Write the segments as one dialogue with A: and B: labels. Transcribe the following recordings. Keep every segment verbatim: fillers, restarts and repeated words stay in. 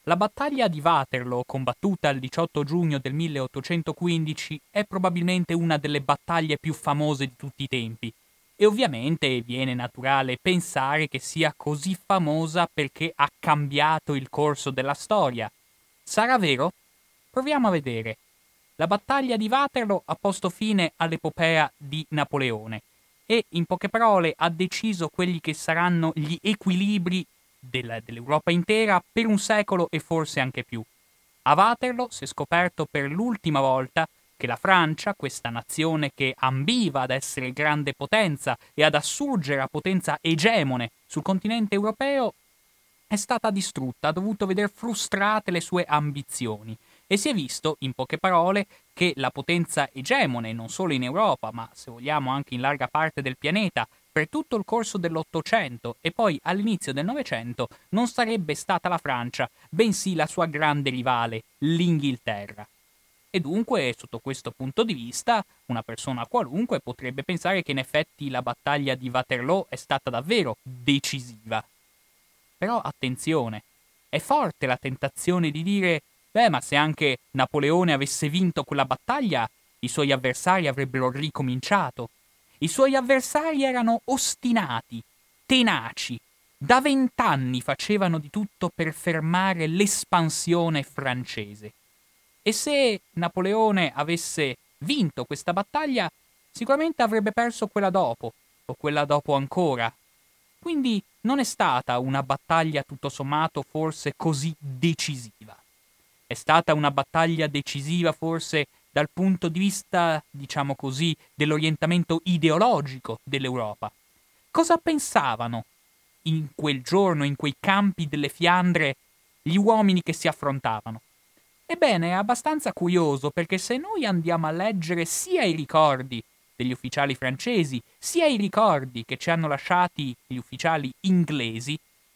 A: La battaglia di Waterloo, combattuta il diciotto giugno del milleottocentoquindici, è probabilmente una delle battaglie più famose di tutti i tempi. E ovviamente viene naturale pensare che sia così famosa perché ha cambiato il corso della storia. Sarà vero? Proviamo a vedere. La battaglia di Waterloo ha posto fine all'epopea di Napoleone e, in poche parole, ha deciso quelli che saranno gli equilibri della- dell'Europa intera per un secolo e forse anche più. A Waterloo si è scoperto per l'ultima volta che la Francia, questa nazione che ambiva ad essere grande potenza e ad assurgere a potenza egemone sul continente europeo, è stata distrutta, ha dovuto veder frustrate le sue ambizioni e si è visto, in poche parole, che la potenza egemone, non solo in Europa, ma se vogliamo anche in larga parte del pianeta, per tutto il corso dell'Ottocento e poi all'inizio del Novecento, non sarebbe stata la Francia, bensì la sua grande rivale, l'Inghilterra. E dunque, sotto questo punto di vista, una persona qualunque potrebbe pensare che in effetti la battaglia di Waterloo è stata davvero decisiva. Però attenzione, è forte la tentazione di dire, beh, ma se anche Napoleone avesse vinto quella battaglia, i suoi avversari avrebbero ricominciato. I suoi avversari erano ostinati, tenaci, da vent'anni facevano di tutto per fermare l'espansione francese. E se Napoleone avesse vinto questa battaglia, sicuramente avrebbe perso quella dopo, o quella dopo ancora. Quindi non è stata una battaglia tutto sommato forse così decisiva. È stata una battaglia decisiva forse dal punto di vista, diciamo così, dell'orientamento ideologico dell'Europa. Cosa pensavano in quel giorno, in quei campi delle Fiandre, gli uomini che si affrontavano? Ebbene, è abbastanza curioso perché se noi andiamo a leggere sia i ricordi degli ufficiali francesi, sia i ricordi che ci hanno lasciati gli ufficiali inglesi,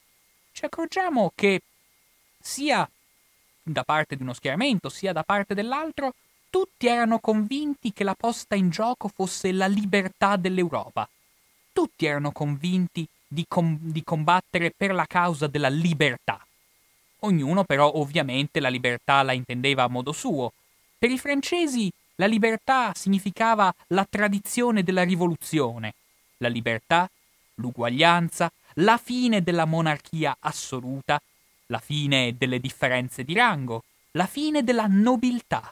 A: ci accorgiamo che sia da parte di uno schieramento, sia da parte dell'altro, tutti erano convinti che la posta in gioco fosse la libertà dell'Europa. Tutti erano convinti di, com- di combattere per la causa della libertà. Ognuno però ovviamente la libertà la intendeva a modo suo. Per i francesi la libertà significava la tradizione della rivoluzione, la libertà, l'uguaglianza, la fine della monarchia assoluta, la fine delle differenze di rango, la fine della nobiltà,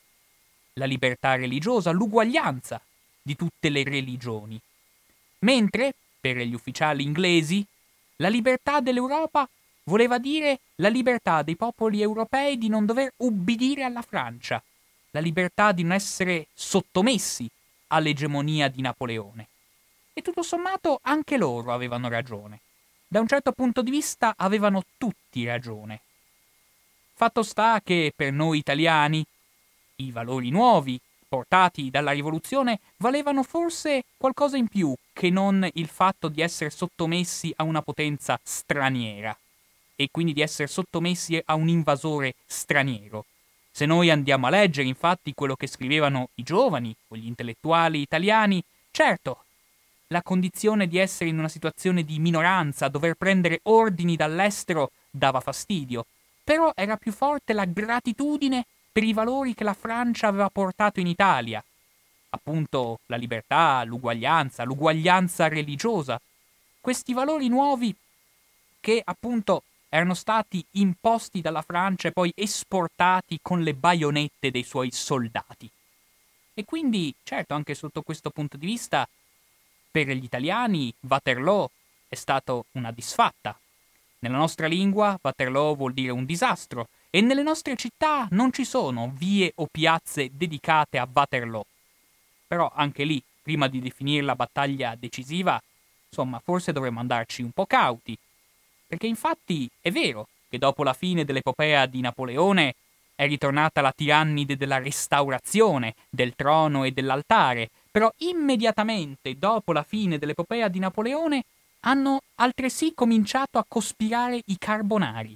A: la libertà religiosa, l'uguaglianza di tutte le religioni. Mentre, per gli ufficiali inglesi, la libertà dell'Europa voleva dire la libertà dei popoli europei di non dover ubbidire alla Francia, la libertà di non essere sottomessi all'egemonia di Napoleone. E tutto sommato anche loro avevano ragione. Da un certo punto di vista avevano tutti ragione. Fatto sta che per noi italiani i valori nuovi portati dalla rivoluzione valevano forse qualcosa in più che non il fatto di essere sottomessi a una potenza straniera e quindi di essere sottomessi a un invasore straniero. Se noi andiamo a leggere infatti quello che scrivevano i giovani o gli intellettuali italiani, certo, la condizione di essere in una situazione di minoranza, dover prendere ordini dall'estero, dava fastidio, però era più forte la gratitudine per i valori che la Francia aveva portato in Italia. Appunto la libertà, l'uguaglianza, l'uguaglianza religiosa. Questi valori nuovi che appunto erano stati imposti dalla Francia e poi esportati con le baionette dei suoi soldati. E quindi, certo, anche sotto questo punto di vista, per gli italiani Waterloo è stato una disfatta. Nella nostra lingua Waterloo vuol dire un disastro e nelle nostre città non ci sono vie o piazze dedicate a Waterloo. Però anche lì, prima di definirla battaglia decisiva, insomma, forse dovremmo andarci un po' cauti, perché infatti è vero che dopo la fine dell'epopea di Napoleone è ritornata la tirannide della restaurazione del trono e dell'altare, però immediatamente dopo la fine dell'epopea di Napoleone hanno altresì cominciato a cospirare i carbonari.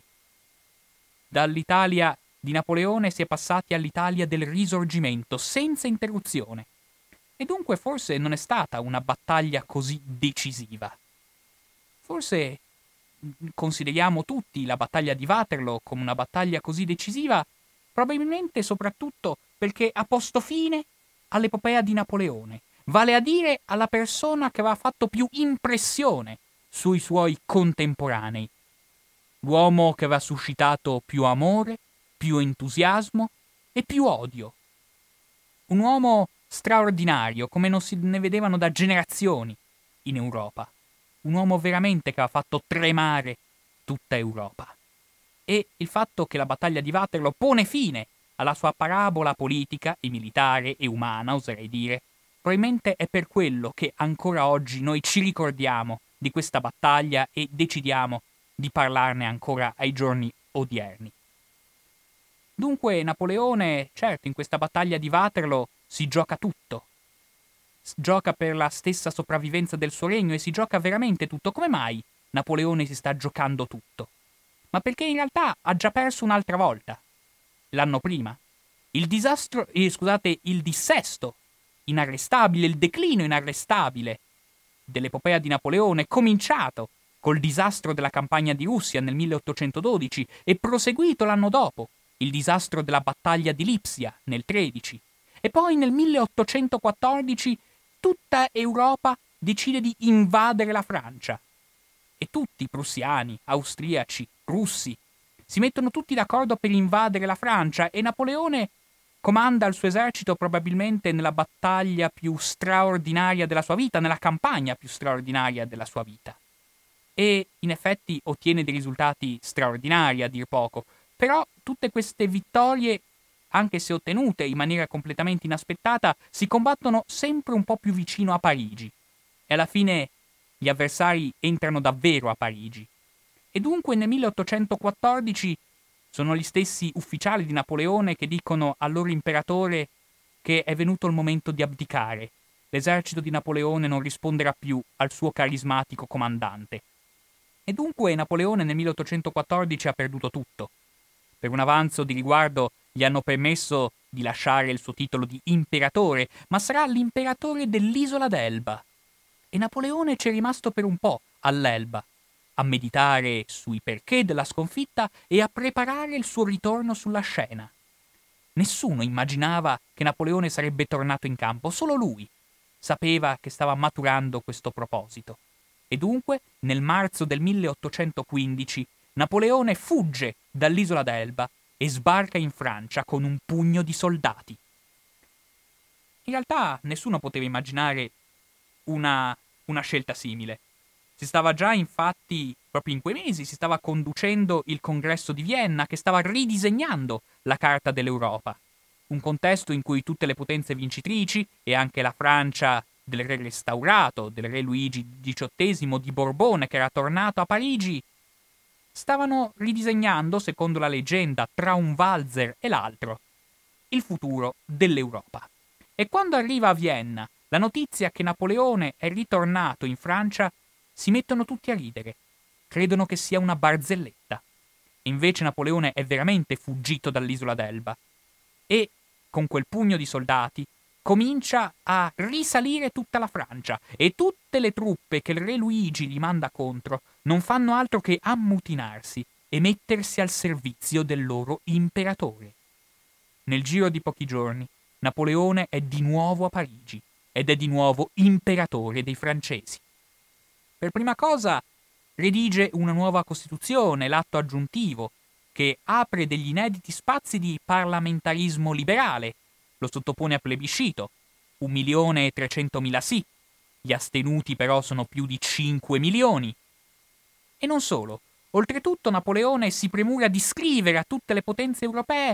A: Dall'Italia di Napoleone si è passati all'Italia del Risorgimento, senza interruzione. E dunque forse non è stata una battaglia così decisiva. Forse consideriamo tutti la battaglia di Waterloo come una battaglia così decisiva, probabilmente soprattutto perché ha posto fine all'epopea di Napoleone, vale a dire alla persona che aveva fatto più impressione sui suoi contemporanei, l'uomo che aveva suscitato più amore, più entusiasmo e più odio. Un uomo straordinario, come non si ne vedevano da generazioni in Europa. Un uomo veramente che aveva fatto tremare tutta Europa. E il fatto che la battaglia di Waterloo pone fine alla sua parabola politica e militare e umana, oserei dire, probabilmente è per quello che ancora oggi noi ci ricordiamo di questa battaglia e decidiamo di parlarne ancora ai giorni odierni. Dunque Napoleone, certo, in questa battaglia di Waterloo si gioca tutto. Si gioca per la stessa sopravvivenza del suo regno e si gioca veramente tutto. Come mai Napoleone si sta giocando tutto? Ma perché in realtà ha già perso un'altra volta. L'anno prima. Il disastro, eh, scusate, il dissesto inarrestabile, il declino inarrestabile dell'epopea di Napoleone, cominciato col disastro della campagna di Russia nel milleottocentododici e proseguito l'anno dopo, il disastro della battaglia di Lipsia nel tredici. E poi nel milleottocentoquattordici tutta Europa decide di invadere la Francia. E tutti, prussiani, austriaci, russi, si mettono tutti d'accordo per invadere la Francia e Napoleone comanda il suo esercito probabilmente nella battaglia più straordinaria della sua vita, nella campagna più straordinaria della sua vita. E in effetti ottiene dei risultati straordinari, a dir poco. Però tutte queste vittorie, anche se ottenute in maniera completamente inaspettata, si combattono sempre un po' più vicino a Parigi. E alla fine gli avversari entrano davvero a Parigi. E dunque nel milleottocentoquattordici sono gli stessi ufficiali di Napoleone che dicono al loro imperatore che è venuto il momento di abdicare. L'esercito di Napoleone non risponderà più al suo carismatico comandante. E dunque Napoleone nel milleottocentoquattordici ha perduto tutto. Per un avanzo di riguardo gli hanno permesso di lasciare il suo titolo di imperatore, ma sarà l'imperatore dell'isola d'Elba. E Napoleone c'è rimasto per un po' all'Elba, a meditare sui perché della sconfitta e a preparare il suo ritorno sulla scena. Nessuno immaginava che Napoleone sarebbe tornato in campo, solo lui sapeva che stava maturando questo proposito. E dunque, nel marzo del milleottocentoquindici, Napoleone fugge dall'isola d'Elba e sbarca in Francia con un pugno di soldati. In realtà nessuno poteva immaginare una, una scelta simile. Si stava già, infatti, proprio in quei mesi, si stava conducendo il congresso di Vienna che stava ridisegnando la carta dell'Europa. Un contesto in cui tutte le potenze vincitrici e anche la Francia del re restaurato, del re Luigi diciottesimo di Borbone che era tornato a Parigi, stavano ridisegnando, secondo la leggenda, tra un valzer e l'altro, il futuro dell'Europa. E quando arriva a Vienna la notizia che Napoleone è ritornato in Francia, si mettono tutti a ridere. Credono che sia una barzelletta. Invece Napoleone è veramente fuggito dall'isola d'Elba e, con quel pugno di soldati, comincia a risalire tutta la Francia e tutte le truppe che il re Luigi gli manda contro non fanno altro che ammutinarsi e mettersi al servizio del loro imperatore. Nel giro di pochi giorni Napoleone è di nuovo a Parigi ed è di nuovo imperatore dei francesi. Per prima cosa redige una nuova Costituzione, l'atto aggiuntivo, che apre degli inediti spazi di parlamentarismo liberale, lo sottopone a plebiscito, un milione e trecentomila sì, gli astenuti però sono più di cinque milioni. E non solo, oltretutto Napoleone si premura di scrivere a tutte le potenze europee,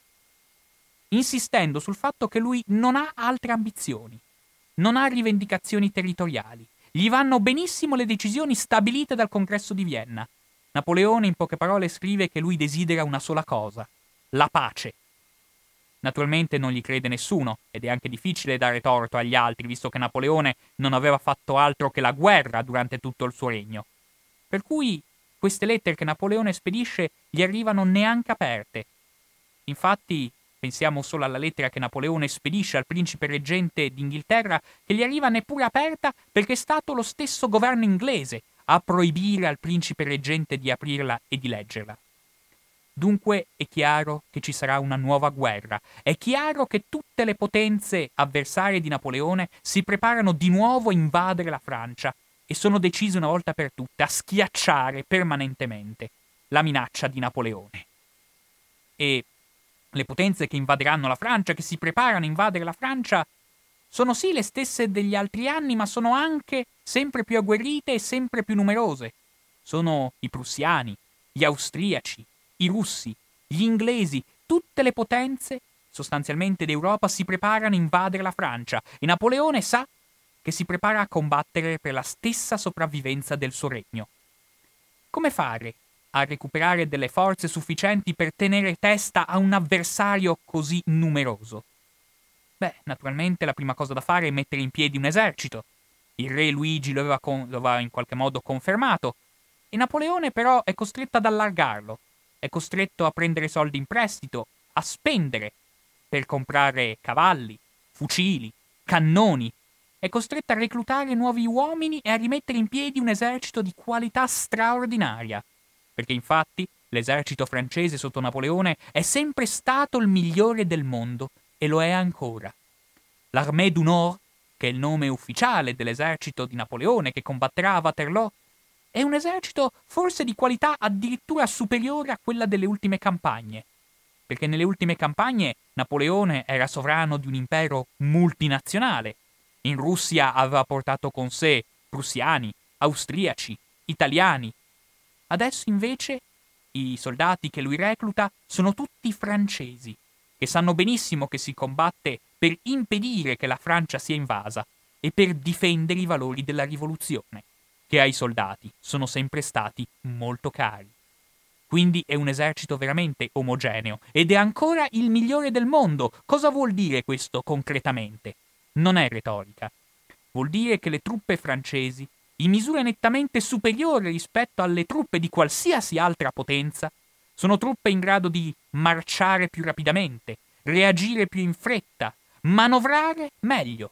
A: insistendo sul fatto che lui non ha altre ambizioni, non ha rivendicazioni territoriali. Gli vanno benissimo le decisioni stabilite dal Congresso di Vienna. Napoleone, in poche parole, scrive che lui desidera una sola cosa: la pace. Naturalmente non gli crede nessuno, ed è anche difficile dare torto agli altri, visto che Napoleone non aveva fatto altro che la guerra durante tutto il suo regno. Per cui queste lettere che Napoleone spedisce gli arrivano neanche aperte. Infatti, pensiamo solo alla lettera che Napoleone spedisce al principe reggente d'Inghilterra, che gli arriva neppure aperta perché è stato lo stesso governo inglese a proibire al principe reggente di aprirla e di leggerla. Dunque è chiaro che ci sarà una nuova guerra. È chiaro che tutte le potenze avversarie di Napoleone si preparano di nuovo a invadere la Francia e sono decise una volta per tutte a schiacciare permanentemente la minaccia di Napoleone. E le potenze che invaderanno la Francia, che si preparano a invadere la Francia, sono sì le stesse degli altri anni, ma sono anche sempre più agguerrite e sempre più numerose. Sono i prussiani, gli austriaci, i russi, gli inglesi, tutte le potenze sostanzialmente d'Europa si preparano a invadere la Francia e Napoleone sa che si prepara a combattere per la stessa sopravvivenza del suo regno. Come fare a recuperare delle forze sufficienti per tenere testa a un avversario così numeroso? Beh, naturalmente la prima cosa da fare è mettere in piedi un esercito. Il re Luigi lo aveva, con- lo aveva in qualche modo confermato e Napoleone però è costretto ad allargarlo. È costretto a prendere soldi in prestito, a spendere per comprare cavalli, fucili, cannoni. È costretto a reclutare nuovi uomini e a rimettere in piedi un esercito di qualità straordinaria. Perché infatti l'esercito francese sotto Napoleone è sempre stato il migliore del mondo e lo è ancora. L'Armée du Nord, che è il nome ufficiale dell'esercito di Napoleone che combatterà a Waterloo, è un esercito forse di qualità addirittura superiore a quella delle ultime campagne, perché nelle ultime campagne Napoleone era sovrano di un impero multinazionale. In Russia aveva portato con sé prussiani, austriaci, italiani. Adesso invece i soldati che lui recluta sono tutti francesi, che sanno benissimo che si combatte per impedire che la Francia sia invasa e per difendere i valori della rivoluzione, che ai soldati sono sempre stati molto cari. Quindi è un esercito veramente omogeneo ed è ancora il migliore del mondo. Cosa vuol dire questo concretamente? Non è retorica. Vuol dire che le truppe francesi, in misura nettamente superiore rispetto alle truppe di qualsiasi altra potenza, sono truppe in grado di marciare più rapidamente, reagire più in fretta, manovrare meglio.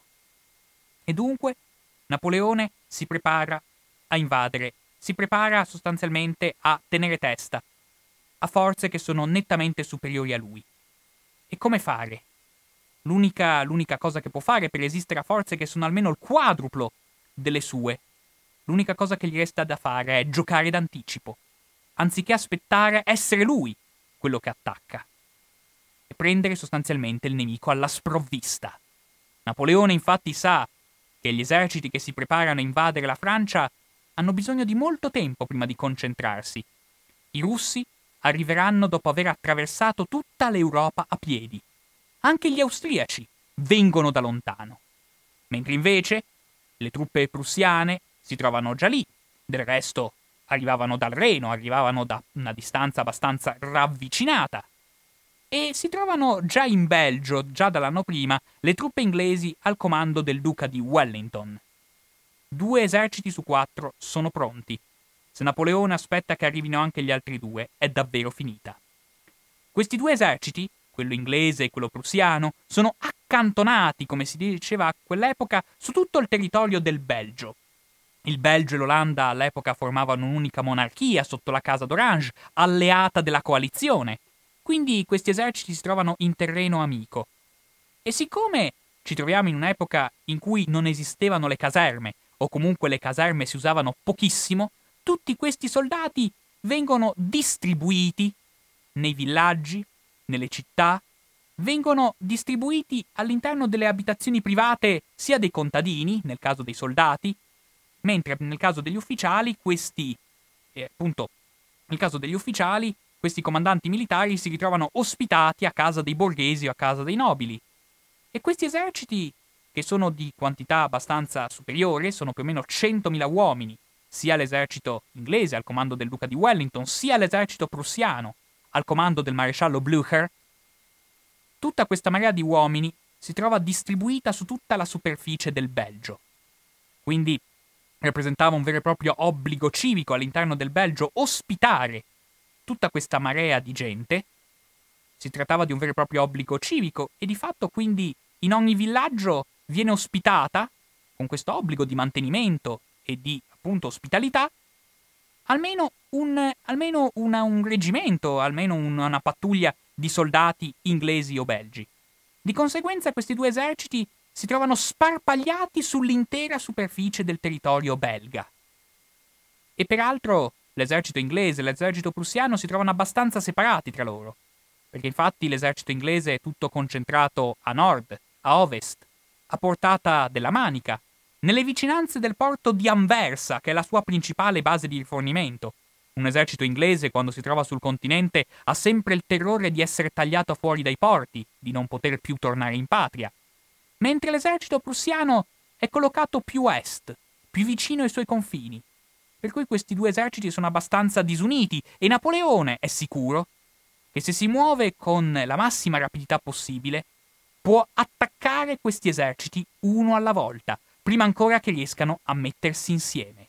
A: E dunque Napoleone si prepara a invadere, si prepara sostanzialmente a tenere testa a forze che sono nettamente superiori a lui. E come fare? L'unica, l'unica cosa che può fare per resistere a forze che sono almeno il quadruplo delle sue, l'unica cosa che gli resta da fare è giocare d'anticipo, anziché aspettare essere lui quello che attacca, e prendere sostanzialmente il nemico alla sprovvista. Napoleone infatti sa che gli eserciti che si preparano a invadere la Francia hanno bisogno di molto tempo prima di concentrarsi. I russi arriveranno dopo aver attraversato tutta l'Europa a piedi. Anche gli austriaci vengono da lontano. Mentre invece le truppe prussiane si trovano già lì. Del resto arrivavano dal Reno, arrivavano da una distanza abbastanza ravvicinata. E si trovano già in Belgio, già dall'anno prima, le truppe inglesi al comando del duca di Wellington. Due eserciti su quattro sono pronti. Se Napoleone aspetta che arrivino anche gli altri due, è davvero finita. Questi due eserciti, quello inglese e quello prussiano, sono accantonati, come si diceva a quell'epoca, su tutto il territorio del Belgio. Il Belgio e l'Olanda all'epoca formavano un'unica monarchia sotto la Casa d'Orange, alleata della coalizione. Quindi questi eserciti si trovano in terreno amico. E siccome ci troviamo in un'epoca in cui non esistevano le caserme, o comunque le caserme si usavano pochissimo, tutti questi soldati vengono distribuiti nei villaggi, nelle città, vengono distribuiti all'interno delle abitazioni private sia dei contadini, nel caso dei soldati, mentre nel caso degli ufficiali questi, eh, appunto, nel caso degli ufficiali, questi comandanti militari si ritrovano ospitati a casa dei borghesi o a casa dei nobili. E questi eserciti, che sono di quantità abbastanza superiore, sono più o meno centomila uomini, sia l'esercito inglese al comando del duca di Wellington, sia l'esercito prussiano al comando del maresciallo Blücher, tutta questa marea di uomini si trova distribuita su tutta la superficie del Belgio. Quindi rappresentava un vero e proprio obbligo civico all'interno del Belgio ospitare tutta questa marea di gente. Si trattava di un vero e proprio obbligo civico e di fatto quindi in ogni villaggio viene ospitata, con questo obbligo di mantenimento e di appunto ospitalità, almeno un, almeno una, un reggimento, almeno una, una pattuglia di soldati inglesi o belgi. Di conseguenza questi due eserciti si trovano sparpagliati sull'intera superficie del territorio belga. E peraltro l'esercito inglese e l'esercito prussiano si trovano abbastanza separati tra loro, perché infatti l'esercito inglese è tutto concentrato a nord, a ovest, a portata della Manica, nelle vicinanze del porto di Anversa, che è la sua principale base di rifornimento. Un esercito inglese, quando si trova sul continente, ha sempre il terrore di essere tagliato fuori dai porti, di non poter più tornare in patria. Mentre l'esercito prussiano è collocato più a est, più vicino ai suoi confini. Per cui questi due eserciti sono abbastanza disuniti e Napoleone è sicuro che se si muove con la massima rapidità possibile può attaccare questi eserciti uno alla volta, prima ancora che riescano a mettersi insieme.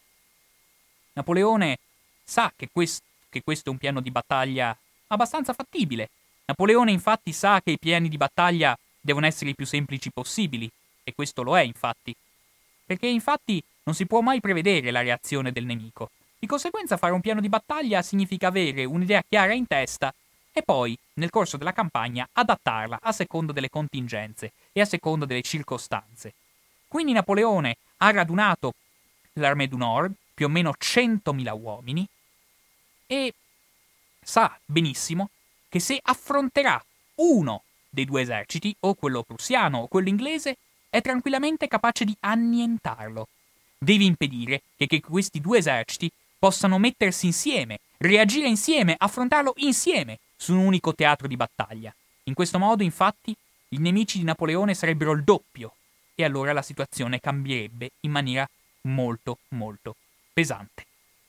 A: Napoleone sa che, quest- che questo è un piano di battaglia abbastanza fattibile. Napoleone infatti sa che i piani di battaglia devono essere i più semplici possibili, e questo lo è infatti. Perché infatti non si può mai prevedere la reazione del nemico. Di conseguenza fare un piano di battaglia significa avere un'idea chiara in testa e poi, nel corso della campagna, adattarla a seconda delle contingenze e a seconda delle circostanze. Quindi Napoleone ha radunato l'Armée du Nord, più o meno centomila uomini, e sa benissimo che se affronterà uno dei due eserciti, o quello prussiano o quello inglese, è tranquillamente capace di annientarlo. Deve impedire che, che questi due eserciti possano mettersi insieme, reagire insieme, affrontarlo insieme su un unico teatro di battaglia. In questo modo, infatti, i nemici di Napoleone sarebbero il doppio, e allora la situazione cambierebbe in maniera molto, molto pesante.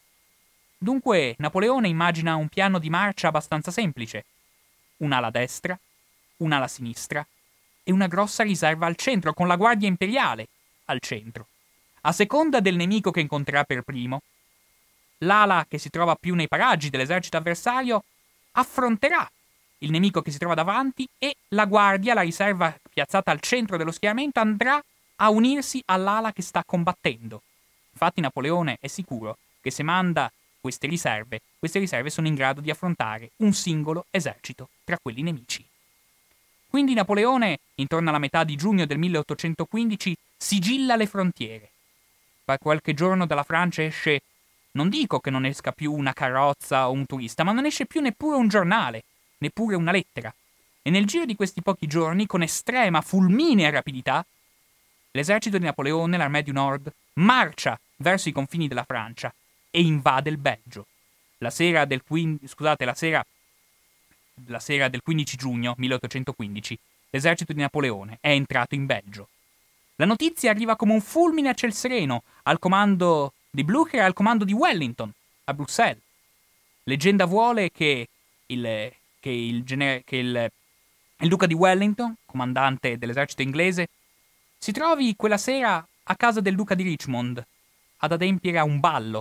A: Dunque, Napoleone immagina un piano di marcia abbastanza semplice. Un'ala a destra, un'ala a sinistra e una grossa riserva al centro, con la guardia imperiale al centro. A seconda del nemico che incontrerà per primo, l'ala che si trova più nei paraggi dell'esercito avversario affronterà il nemico che si trova davanti e la guardia, la riserva piazzata al centro dello schieramento, andrà a unirsi all'ala che sta combattendo. Infatti Napoleone è sicuro che se manda queste riserve, queste riserve sono in grado di affrontare un singolo esercito tra quelli nemici. Quindi Napoleone, intorno alla metà di giugno del milleottocentoquindici, sigilla le frontiere. Per qualche giorno dalla Francia esce, non dico che non esca più una carrozza o un turista, ma non esce più neppure un giornale, neppure una lettera. E nel giro di questi pochi giorni, con estrema, fulminea rapidità, l'esercito di Napoleone, l'Armée du Nord, marcia verso i confini della Francia e invade il Belgio. La sera del, quin- scusate, la sera, la sera del quindici giugno milleottocentoquindici, l'esercito di Napoleone è entrato in Belgio. La notizia arriva come un fulmine a ciel sereno al comando di Blücher e al comando di Wellington a Bruxelles. Leggenda vuole che il, che il, gener- che il, il duca di Wellington, comandante dell'esercito inglese, si trovi quella sera a casa del duca di Richmond ad adempiere a un ballo.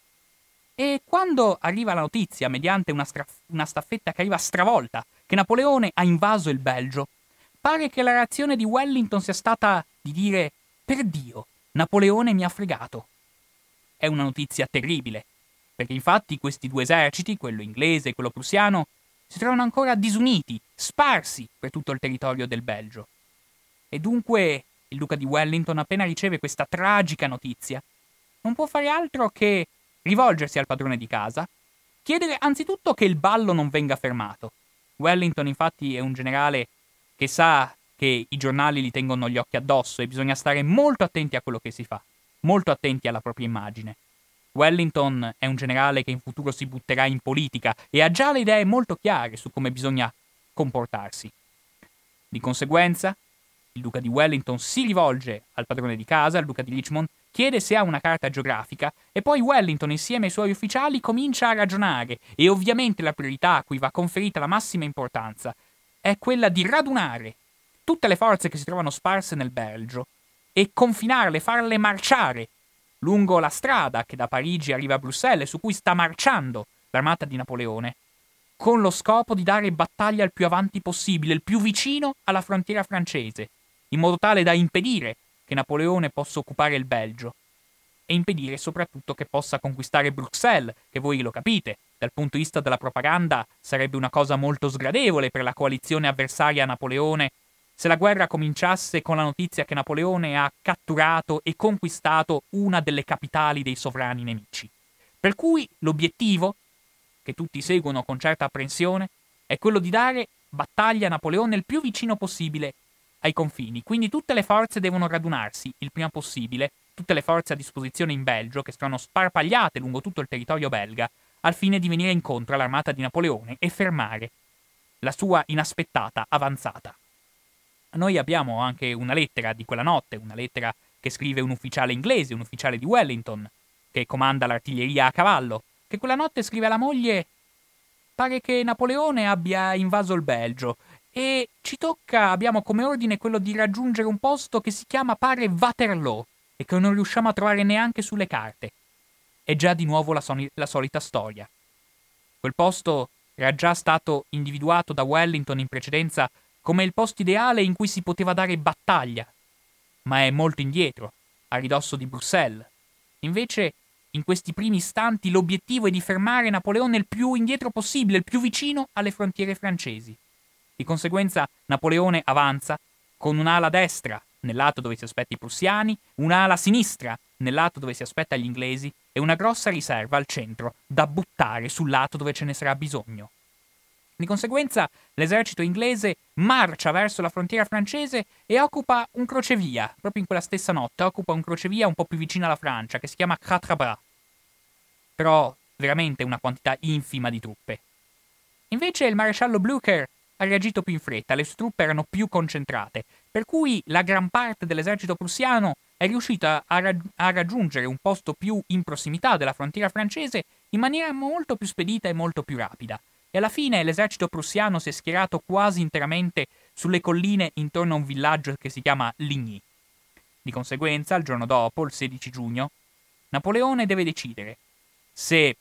A: E quando arriva la notizia, mediante una, stra- una staffetta che arriva stravolta, che Napoleone ha invaso il Belgio, pare che la reazione di Wellington sia stata di dire: per Dio, Napoleone mi ha fregato. È una notizia terribile, perché infatti questi due eserciti, quello inglese e quello prussiano, si trovano ancora disuniti, sparsi per tutto il territorio del Belgio. E dunque il duca di Wellington, appena riceve questa tragica notizia, non può fare altro che rivolgersi al padrone di casa, chiedere anzitutto che il ballo non venga fermato. Wellington infatti è un generale che sa che i giornali gli tengono gli occhi addosso e bisogna stare molto attenti a quello che si fa, molto attenti alla propria immagine. Wellington è un generale che in futuro si butterà in politica e ha già le idee molto chiare su come bisogna comportarsi. Di conseguenza, il duca di Wellington si rivolge al padrone di casa, al duca di Richmond, chiede se ha una carta geografica e poi Wellington insieme ai suoi ufficiali comincia a ragionare e ovviamente la priorità a cui va conferita la massima importanza è quella di radunare tutte le forze che si trovano sparse nel Belgio e confinarle, farle marciare lungo la strada che da Parigi arriva a Bruxelles, su cui sta marciando l'armata di Napoleone, con lo scopo di dare battaglia il più avanti possibile, il più vicino alla frontiera francese, in modo tale da impedire che Napoleone possa occupare il Belgio e impedire soprattutto che possa conquistare Bruxelles, che voi lo capite, dal punto di vista della propaganda sarebbe una cosa molto sgradevole per la coalizione avversaria a Napoleone se la guerra cominciasse con la notizia che Napoleone ha catturato e conquistato una delle capitali dei sovrani nemici. Per cui l'obiettivo, che tutti seguono con certa apprensione, è quello di dare battaglia a Napoleone il più vicino possibile ai confini. Quindi tutte le forze devono radunarsi il prima possibile, tutte le forze a disposizione in Belgio, che sono sparpagliate lungo tutto il territorio belga, al fine di venire incontro all'armata di Napoleone e fermare la sua inaspettata avanzata. Noi abbiamo anche una lettera di quella notte, una lettera che scrive un ufficiale inglese, un ufficiale di Wellington, che comanda l'artiglieria a cavallo, che quella notte scrive alla moglie: pare che Napoleone abbia invaso il Belgio e ci tocca, abbiamo come ordine quello di raggiungere un posto che si chiama pare Waterloo e che non riusciamo a trovare neanche sulle carte. È già di nuovo la, soni- la solita storia. Quel posto era già stato individuato da Wellington in precedenza come il posto ideale in cui si poteva dare battaglia, ma è molto indietro, a ridosso di Bruxelles. Invece, in questi primi istanti, l'obiettivo è di fermare Napoleone il più indietro possibile, il più vicino alle frontiere francesi. Di conseguenza, Napoleone avanza con un'ala destra nel lato dove si aspetta i prussiani, un'ala sinistra nel lato dove si aspetta gli inglesi e una grossa riserva al centro da buttare sul lato dove ce ne sarà bisogno. Di conseguenza, l'esercito inglese marcia verso la frontiera francese e occupa un crocevia, proprio in quella stessa notte, occupa un crocevia un po' più vicino alla Francia, che si chiama Quatre-Bras. Però veramente una quantità infima di truppe. Invece il maresciallo Blücher ha reagito più in fretta, le sue truppe erano più concentrate, per cui la gran parte dell'esercito prussiano è riuscita a, rag- a raggiungere un posto più in prossimità della frontiera francese in maniera molto più spedita e molto più rapida. E alla fine l'esercito prussiano si è schierato quasi interamente sulle colline intorno a un villaggio che si chiama Ligny. Di conseguenza, il giorno dopo, il sedici giugno, Napoleone deve decidere se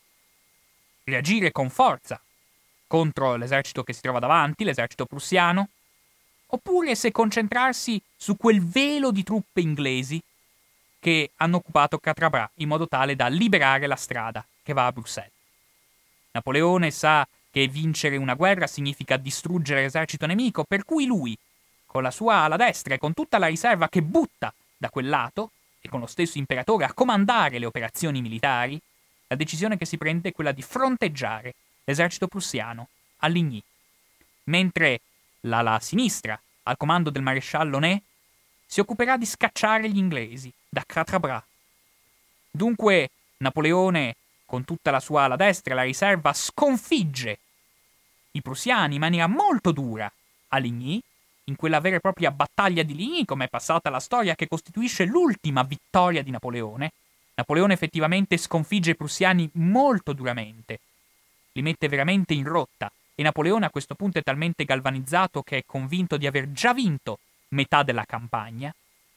A: reagire con forza contro l'esercito che si trova davanti, l'esercito prussiano, oppure se concentrarsi su quel velo di truppe inglesi che hanno occupato Quatre-Bras in modo tale da liberare la strada che va a Bruxelles. Napoleone sa che vincere una guerra significa distruggere l'esercito nemico, per cui lui, con la sua ala destra e con tutta la riserva che butta da quel lato, e con lo stesso imperatore a comandare le operazioni militari, la decisione che si prende è quella di fronteggiare l'esercito prussiano a Ligny, mentre l'ala sinistra, al comando del maresciallo Ney, si occuperà di scacciare gli inglesi da Quatre-Bras. Dunque Napoleone, con tutta la sua ala destra e la riserva, sconfigge i prussiani in maniera molto dura a Ligny, in quella vera e propria battaglia di Ligny, come è passata la storia, che costituisce l'ultima vittoria di Napoleone. Napoleone effettivamente sconfigge i prussiani molto duramente, li mette veramente in rotta, e Napoleone a questo punto è talmente galvanizzato che è convinto di aver già vinto metà della campagna,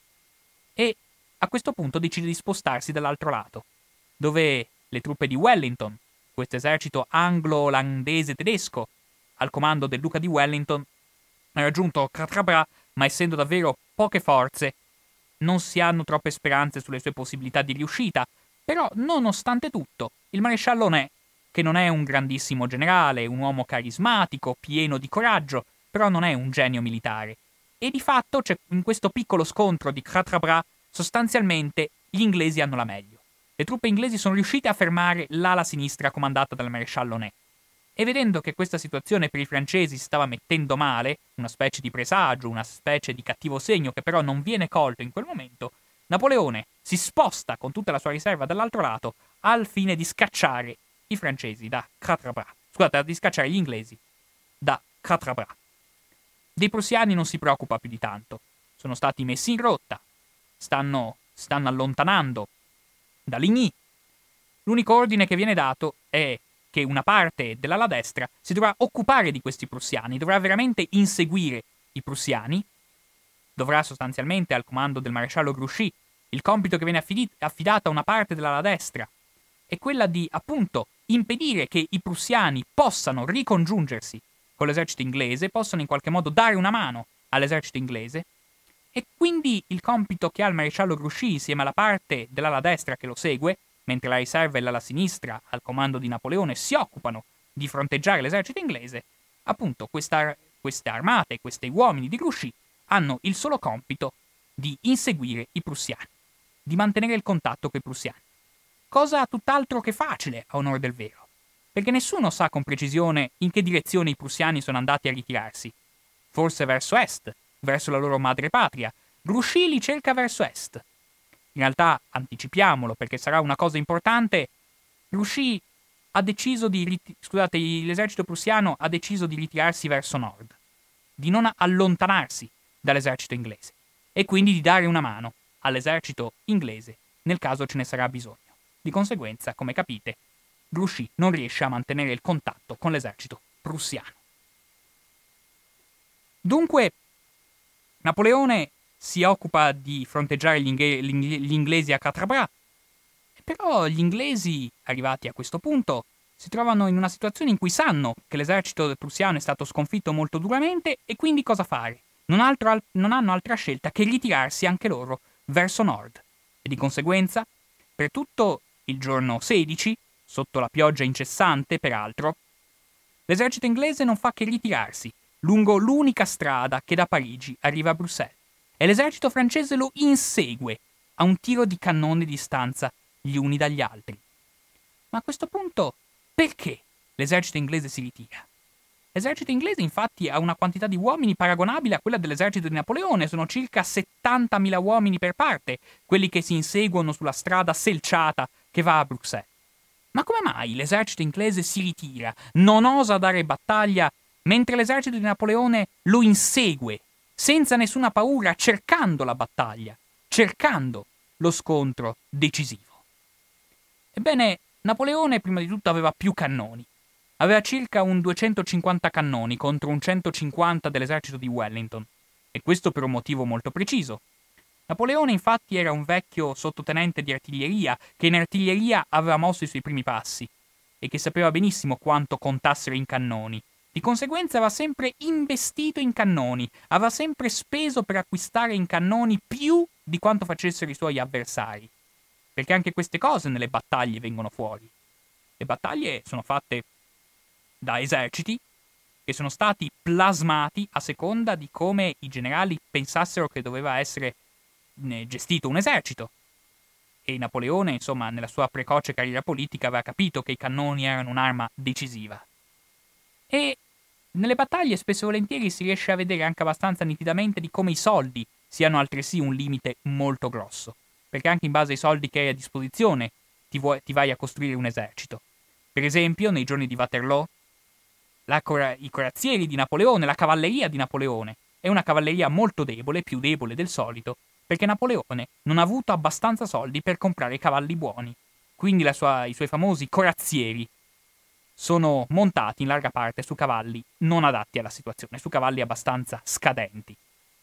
A: e a questo punto decide di spostarsi dall'altro lato, dove le truppe di Wellington, questo esercito anglo-olandese tedesco, al comando del duca di Wellington, ha raggiunto Quatre-Bras, ma essendo davvero poche forze, non si hanno troppe speranze sulle sue possibilità di riuscita. Però, nonostante tutto, il maresciallo Ney, che non è un grandissimo generale, un uomo carismatico, pieno di coraggio, però non è un genio militare. E di fatto, c'è in questo piccolo scontro di Quatre-Bras, sostanzialmente gli inglesi hanno la meglio. Le truppe inglesi sono riuscite a fermare l'ala sinistra comandata dal maresciallo Ney. E vedendo che questa situazione per i francesi si stava mettendo male, una specie di presagio, una specie di cattivo segno che però non viene colto in quel momento, Napoleone si sposta con tutta la sua riserva dall'altro lato al fine di scacciare i francesi da Quatre-Bras. Scusate, di scacciare gli inglesi da Quatre-Bras. Dei prussiani non si preoccupa più di tanto. Sono stati messi in rotta, stanno, stanno allontanando da Ligny. L'unico ordine che viene dato è che una parte dell'ala destra si dovrà occupare di questi prussiani, dovrà veramente inseguire i prussiani, dovrà sostanzialmente al comando del maresciallo Grouchy, il compito che viene affidi- affidato a una parte dell'ala destra è quella di, appunto, impedire che i prussiani possano ricongiungersi con l'esercito inglese, possano in qualche modo dare una mano all'esercito inglese, E quindi il compito che ha il maresciallo Grouchy insieme alla parte dell'ala destra che lo segue, mentre la riserva e l'ala sinistra al comando di Napoleone si occupano di fronteggiare l'esercito inglese, appunto questa, queste armate, questi uomini di Grouchy hanno il solo compito di inseguire i prussiani, di mantenere il contatto con i prussiani. Cosa tutt'altro che facile, a onor del vero, perché nessuno sa con precisione in che direzione i prussiani sono andati a ritirarsi. Forse verso est, verso la loro madrepatria. Grouchy li cerca verso est. In realtà, anticipiamolo perché sarà una cosa importante, Grouchy ha deciso di rit- scusate, l'esercito prussiano ha deciso di ritirarsi verso nord, di non allontanarsi dall'esercito inglese e quindi di dare una mano all'esercito inglese nel caso ce ne sarà bisogno. Di conseguenza, come capite, Grouchy non riesce a mantenere il contatto con l'esercito prussiano. Dunque, Napoleone si occupa di fronteggiare gli, inghe- gli inglesi a quatre bras, però gli inglesi, arrivati a questo punto, si trovano in una situazione in cui sanno che l'esercito prussiano è stato sconfitto molto duramente e quindi cosa fare? Non, altro, non hanno altra scelta che ritirarsi anche loro verso nord. E di conseguenza, per tutto il giorno sedici, sotto la pioggia incessante peraltro, l'esercito inglese non fa che ritirarsi lungo l'unica strada che da Parigi arriva a Bruxelles e l'esercito francese lo insegue a un tiro di cannone di distanza gli uni dagli altri. Ma a questo punto, perché l'esercito inglese si ritira? L'esercito inglese infatti ha una quantità di uomini paragonabile a quella dell'esercito di Napoleone, sono circa settantamila uomini per parte, quelli che si inseguono sulla strada selciata che va a Bruxelles. Ma come mai l'esercito inglese si ritira, non osa dare battaglia, mentre l'esercito di Napoleone lo insegue, senza nessuna paura, cercando la battaglia, cercando lo scontro decisivo? Ebbene, Napoleone prima di tutto aveva più cannoni. Aveva circa un duecentocinquanta cannoni contro un centocinquanta dell'esercito di Wellington, e questo per un motivo molto preciso. Napoleone infatti era un vecchio sottotenente di artiglieria che in artiglieria aveva mosso i suoi primi passi e che sapeva benissimo quanto contassero in cannoni. Di conseguenza aveva sempre investito in cannoni, aveva sempre speso per acquistare in cannoni più di quanto facessero i suoi avversari. Perché anche queste cose nelle battaglie vengono fuori. Le battaglie sono fatte da eserciti che sono stati plasmati a seconda di come i generali pensassero che doveva essere gestito un esercito. E Napoleone, insomma, nella sua precoce carriera politica aveva capito che i cannoni erano un'arma decisiva. E nelle battaglie spesso e volentieri si riesce a vedere anche abbastanza nitidamente di come i soldi siano altresì un limite molto grosso, perché anche in base ai soldi che hai a disposizione ti, vuoi, ti vai a costruire un esercito. Per esempio, nei giorni di Waterloo, la cora- i corazzieri di Napoleone, la cavalleria di Napoleone, è una cavalleria molto debole, più debole del solito, perché Napoleone non ha avuto abbastanza soldi per comprare cavalli buoni. Quindi la sua, i suoi famosi corazzieri sono montati in larga parte su cavalli non adatti alla situazione, su cavalli abbastanza scadenti.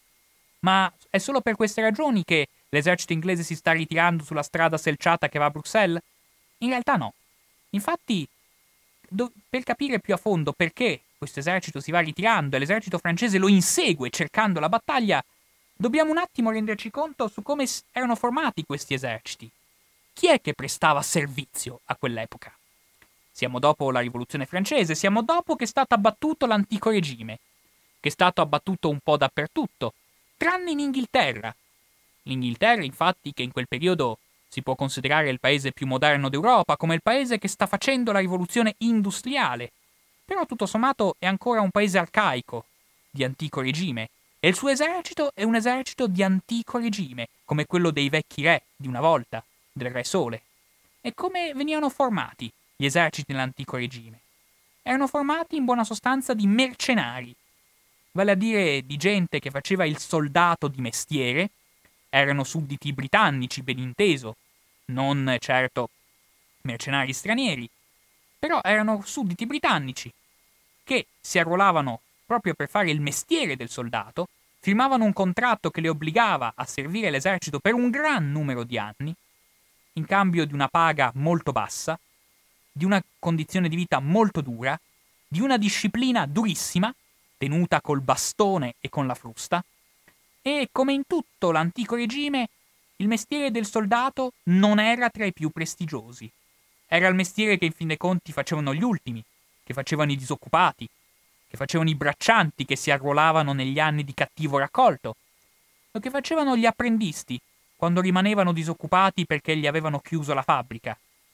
A: Ma è solo per queste ragioni che l'esercito inglese si sta ritirando sulla strada selciata che va a Bruxelles? In realtà no. Infatti, do- per capire più a fondo perché questo esercito si va ritirando e l'esercito francese lo insegue cercando la battaglia, dobbiamo un attimo renderci conto su come erano formati questi eserciti. Chi è che prestava servizio a quell'epoca? Siamo dopo la rivoluzione francese, siamo dopo che è stato abbattuto l'antico regime, che è stato abbattuto un po' dappertutto, tranne in Inghilterra. L'Inghilterra, infatti, che in quel periodo si può considerare il paese più moderno d'Europa, come il paese che sta facendo la rivoluzione industriale, però tutto sommato è ancora un paese arcaico, di antico regime, e il suo esercito è un esercito di antico regime, come quello dei vecchi re di una volta, del Re Sole. E come venivano formati gli eserciti nell'antico regime? Erano formati in buona sostanza di mercenari, vale a dire di gente che faceva il soldato di mestiere, erano sudditi britannici, ben inteso, non certo mercenari stranieri, però erano sudditi britannici che si arruolavano proprio per fare il mestiere del soldato, firmavano un contratto che li obbligava a servire l'esercito per un gran numero di anni, in cambio di una paga molto bassa, di una condizione di vita molto dura, di una disciplina durissima, tenuta col bastone e con la frusta, E, come in tutto l'antico regime, il mestiere del soldato non era tra i più prestigiosi. Era il mestiere che in fin dei conti facevano gli ultimi, che facevano i disoccupati, che facevano i braccianti che si arruolavano negli anni di cattivo raccolto, o che facevano gli apprendisti quando rimanevano disoccupati perché gli avevano chiuso la fabbrica.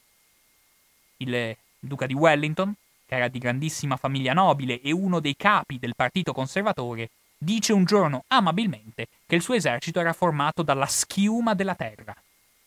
A: Il duca di Wellington, che era di grandissima famiglia nobile e uno dei capi del partito conservatore, dice un giorno amabilmente che il suo esercito era formato dalla schiuma della terra.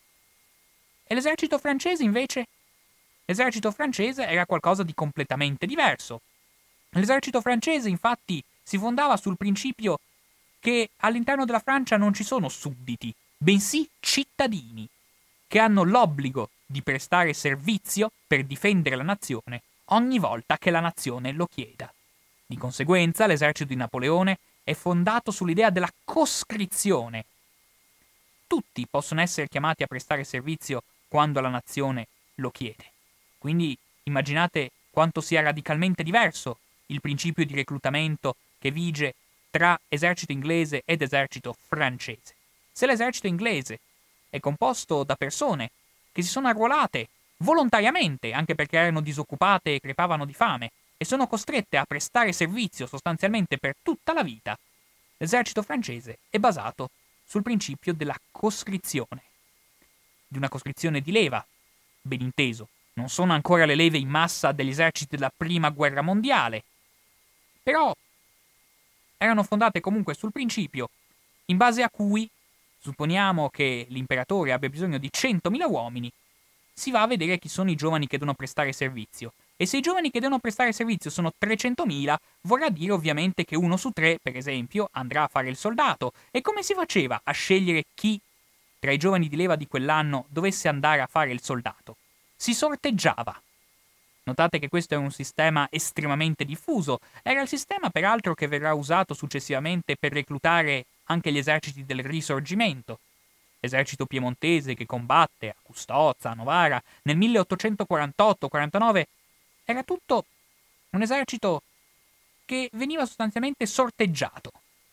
A: E l'esercito francese, invece? L'esercito francese era qualcosa di completamente diverso. L'esercito francese, infatti, si fondava sul principio che all'interno della Francia non ci sono sudditi, bensì cittadini, che hanno l'obbligo di prestare servizio per difendere la nazione ogni volta che la nazione lo chieda. Di conseguenza, l'esercito di Napoleone è fondato sull'idea della coscrizione. Tutti possono essere chiamati a prestare servizio quando la nazione lo chiede. Quindi immaginate quanto sia radicalmente diverso il principio di reclutamento che vige tra esercito inglese ed esercito francese. Se l'esercito inglese è composto da persone che si sono arruolate volontariamente, anche perché erano disoccupate e crepavano di fame, e sono costrette a prestare servizio sostanzialmente per tutta la vita, l'esercito francese è basato sul principio della coscrizione. Di una coscrizione di leva, ben inteso. Non sono ancora le leve in massa degli eserciti della Prima Guerra Mondiale, però erano fondate comunque sul principio in base a cui, supponiamo che l'imperatore abbia bisogno di centomila uomini, si va a vedere chi sono i giovani che devono prestare servizio. E se i giovani che devono prestare servizio sono trecentomila, vorrà dire ovviamente che uno su tre, per esempio, andrà a fare il soldato. E come si faceva a scegliere chi tra i giovani di leva di quell'anno dovesse andare a fare il soldato? Si sorteggiava. Notate che questo è un sistema estremamente diffuso. Era il sistema, peraltro, che verrà usato successivamente per reclutare anche gli eserciti del Risorgimento. L'esercito piemontese che combatte a Custozza, a Novara, nel milleottocentoquarantotto quarantanove, era tutto un esercito che veniva sostanzialmente sorteggiato.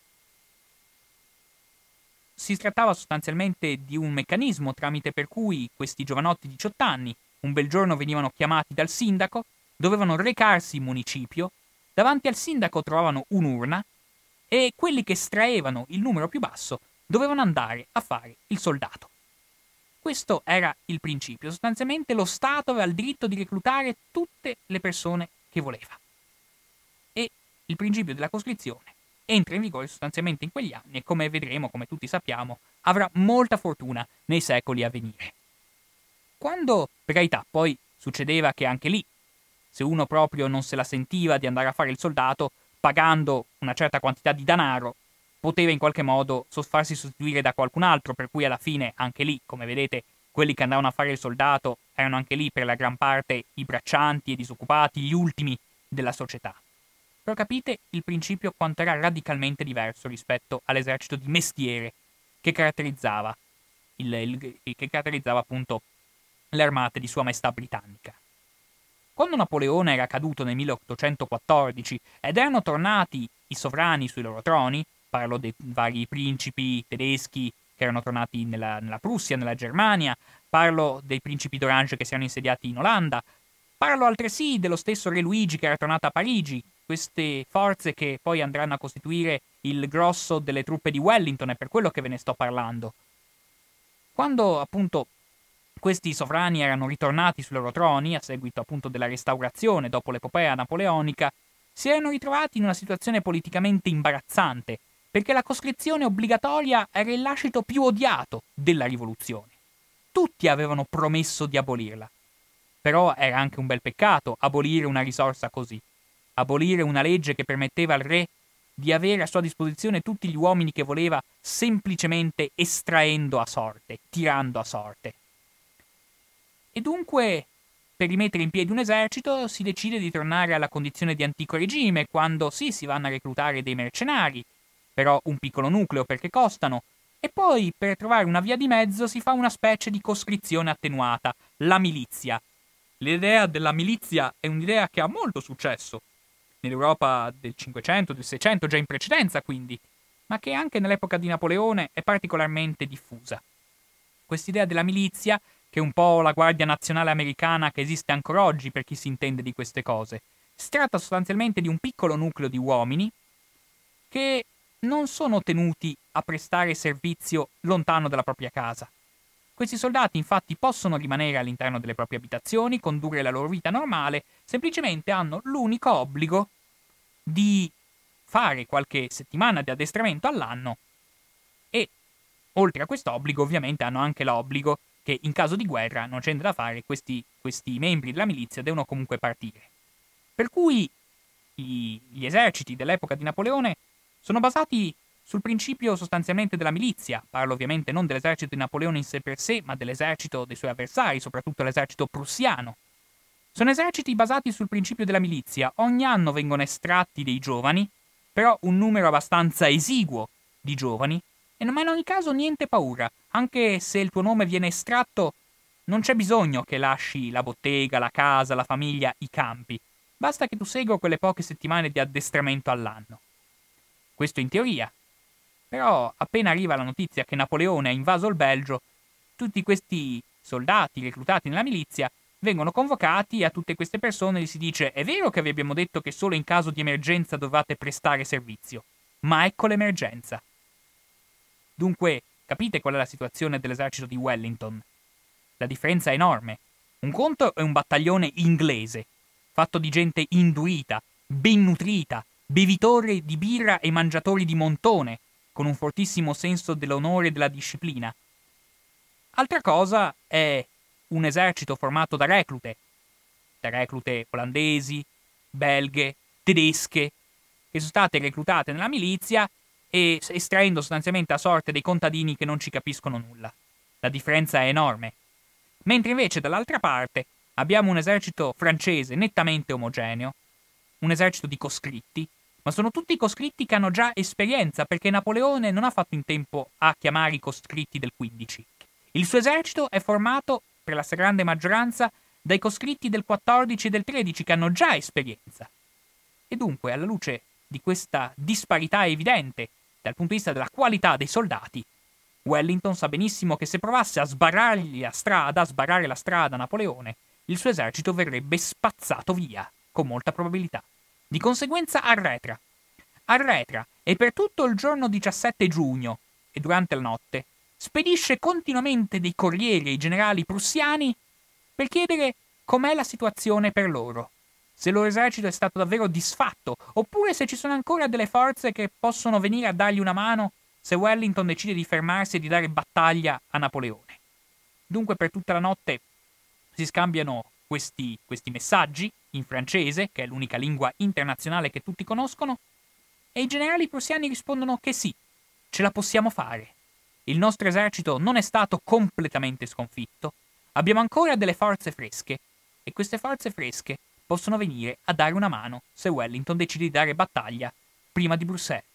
A: Si trattava sostanzialmente di un meccanismo tramite per cui questi giovanotti di diciotto anni un bel giorno venivano chiamati dal sindaco, dovevano recarsi in municipio, davanti al sindaco trovavano un'urna e quelli che estraevano il numero più basso dovevano andare a fare il soldato. Questo era il principio. Sostanzialmente lo Stato aveva il diritto di reclutare tutte le persone che voleva. E il principio della coscrizione entra in vigore sostanzialmente in quegli anni e, come vedremo, come tutti sappiamo, avrà molta fortuna nei secoli a venire. Quando, per carità, poi succedeva che anche lì, se uno proprio non se la sentiva di andare a fare il soldato, pagando una certa quantità di denaro, poteva in qualche modo farsi sostituire da qualcun altro, per cui alla fine, anche lì, come vedete, quelli che andavano a fare il soldato erano anche lì per la gran parte i braccianti e i disoccupati, gli ultimi della società. Però capite il principio quanto era radicalmente diverso rispetto all'esercito di mestiere che caratterizzava, il, il, che caratterizzava appunto le armate di Sua Maestà britannica. Quando Napoleone era caduto nel milleottocentoquattordici ed erano tornati i sovrani sui loro troni, parlo dei vari principi tedeschi che erano tornati nella, nella Prussia, nella Germania, parlo dei principi d'Orange che si erano insediati in Olanda, parlo altresì dello stesso Re Luigi che era tornato a Parigi, queste forze che poi andranno a costituire il grosso delle truppe di Wellington, è per quello che ve ne sto parlando. Quando appunto questi sovrani erano ritornati sui loro troni a seguito appunto della restaurazione dopo l'epopea napoleonica, si erano ritrovati in una situazione politicamente imbarazzante, perché la coscrizione obbligatoria era il lascito più odiato della rivoluzione. Tutti avevano promesso di abolirla. Però era anche un bel peccato abolire una risorsa così. Abolire una legge che permetteva al re di avere a sua disposizione tutti gli uomini che voleva semplicemente estraendo a sorte, tirando a sorte. E dunque, per rimettere in piedi un esercito, si decide di tornare alla condizione di antico regime, quando sì, si vanno a reclutare dei mercenari, però un piccolo nucleo perché costano, e poi, per trovare una via di mezzo, si fa una specie di coscrizione attenuata, la milizia. L'idea della milizia è un'idea che ha molto successo nell'Europa del Cinquecento, del Seicento, già in precedenza quindi. ma che anche nell'epoca di Napoleone è particolarmente diffusa. Quest'idea della milizia, che è un po' la Guardia Nazionale americana che esiste ancora oggi per chi si intende di queste cose, si tratta sostanzialmente di un piccolo nucleo di uomini che non sono tenuti a prestare servizio lontano dalla propria casa. Questi soldati infatti possono rimanere all'interno delle proprie abitazioni, condurre la loro vita normale, semplicemente hanno l'unico obbligo di fare qualche settimana di addestramento all'anno e, oltre a questo obbligo, ovviamente hanno anche l'obbligo che in caso di guerra non c'è niente da fare, questi, questi membri della milizia devono comunque partire. Per cui gli, gli eserciti dell'epoca di Napoleone sono basati sul principio sostanzialmente della milizia. Parlo ovviamente non dell'esercito di Napoleone in sé per sé, ma dell'esercito dei suoi avversari, soprattutto l'esercito prussiano. Sono eserciti basati sul principio della milizia. Ogni anno vengono estratti dei giovani, però un numero abbastanza esiguo di giovani, e non, ma in ogni caso niente paura. Anche se il tuo nome viene estratto, non c'è bisogno che lasci la bottega, la casa, la famiglia, i campi. Basta che tu segua quelle poche settimane di addestramento all'anno. Questo in teoria. Però appena arriva la notizia che Napoleone ha invaso il Belgio, tutti questi soldati reclutati nella milizia vengono convocati e a tutte queste persone gli si dice: è vero che vi abbiamo detto che solo in caso di emergenza dovevate prestare servizio, ma ecco l'emergenza. Dunque, capite qual è la situazione dell'esercito di Wellington? La differenza è enorme. Un conto è un battaglione inglese, fatto di gente induita, ben nutrita, bevitori di birra e mangiatori di montone, con un fortissimo senso dell'onore e della disciplina. Altra cosa è un esercito formato da reclute, da reclute olandesi, belghe, tedesche, che sono state reclutate nella milizia e estraendo sostanzialmente a sorte dei contadini che non ci capiscono nulla. La differenza è enorme. Mentre invece dall'altra parte abbiamo un esercito francese nettamente omogeneo, un esercito di coscritti, ma sono tutti coscritti che hanno già esperienza, perché Napoleone non ha fatto in tempo a chiamare i coscritti del quindici. Il suo esercito è formato, per la stragrande maggioranza, dai coscritti del quattordici e del tredici che hanno già esperienza. E dunque, alla luce di questa disparità evidente dal punto di vista della qualità dei soldati, Wellington sa benissimo che se provasse a sbarrargli la strada, a sbarrare la strada a Napoleone, il suo esercito verrebbe spazzato via, con molta probabilità. Di conseguenza arretra. Arretra e per tutto il giorno diciassette giugno e durante la notte spedisce continuamente dei corrieri ai generali prussiani per chiedere com'è la situazione per loro, se il loro esercito è stato davvero disfatto, oppure se ci sono ancora delle forze che possono venire a dargli una mano se Wellington decide di fermarsi e di dare battaglia a Napoleone. Dunque per tutta la notte si scambiano questi, questi messaggi in francese, che è l'unica lingua internazionale che tutti conoscono, e i generali prussiani rispondono che sì, ce la possiamo fare. Il nostro esercito non è stato completamente sconfitto, abbiamo ancora delle forze fresche, e queste forze fresche possono venire a dare una mano se Wellington decide di dare battaglia prima di Bruxelles.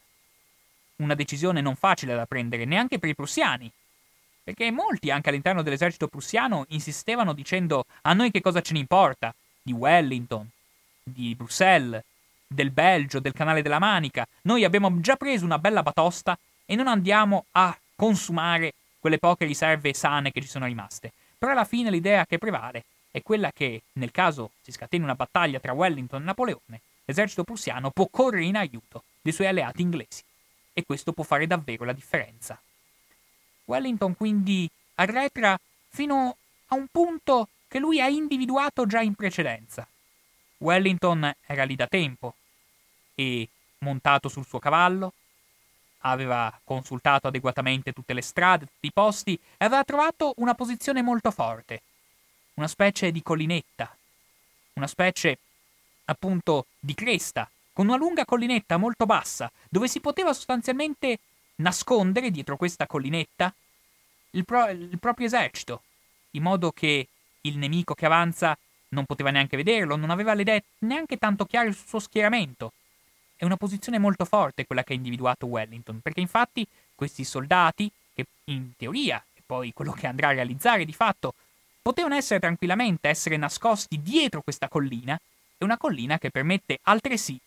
A: Una decisione non facile da prendere neanche per i prussiani, perché molti anche all'interno dell'esercito prussiano insistevano dicendo: a noi che cosa ce ne importa di Wellington, di Bruxelles, del Belgio, del Canale della Manica, noi abbiamo già preso una bella batosta e non andiamo a consumare quelle poche riserve sane che ci sono rimaste. Però alla fine l'idea che prevale è quella che, nel caso si scateni una battaglia tra Wellington e Napoleone, l'esercito prussiano può correre in aiuto dei suoi alleati inglesi. E questo può fare davvero la differenza. Wellington quindi arretra fino a un punto che lui ha individuato già in precedenza. Wellington era lì da tempo e, montato sul suo cavallo, aveva consultato adeguatamente tutte le strade, tutti i posti e aveva trovato una posizione molto forte, una specie di collinetta, una specie appunto di cresta, con una lunga collinetta molto bassa, dove si poteva sostanzialmente nascondere dietro questa collinetta il, pro- il proprio esercito, in modo che il nemico che avanza non poteva neanche vederlo, non aveva le idee neanche tanto chiare sul suo schieramento. È una posizione molto forte quella che ha individuato Wellington, perché infatti questi soldati, che in teoria, e poi quello che andrà a realizzare di fatto, potevano essere tranquillamente essere nascosti dietro questa collina, è una collina che permette altresì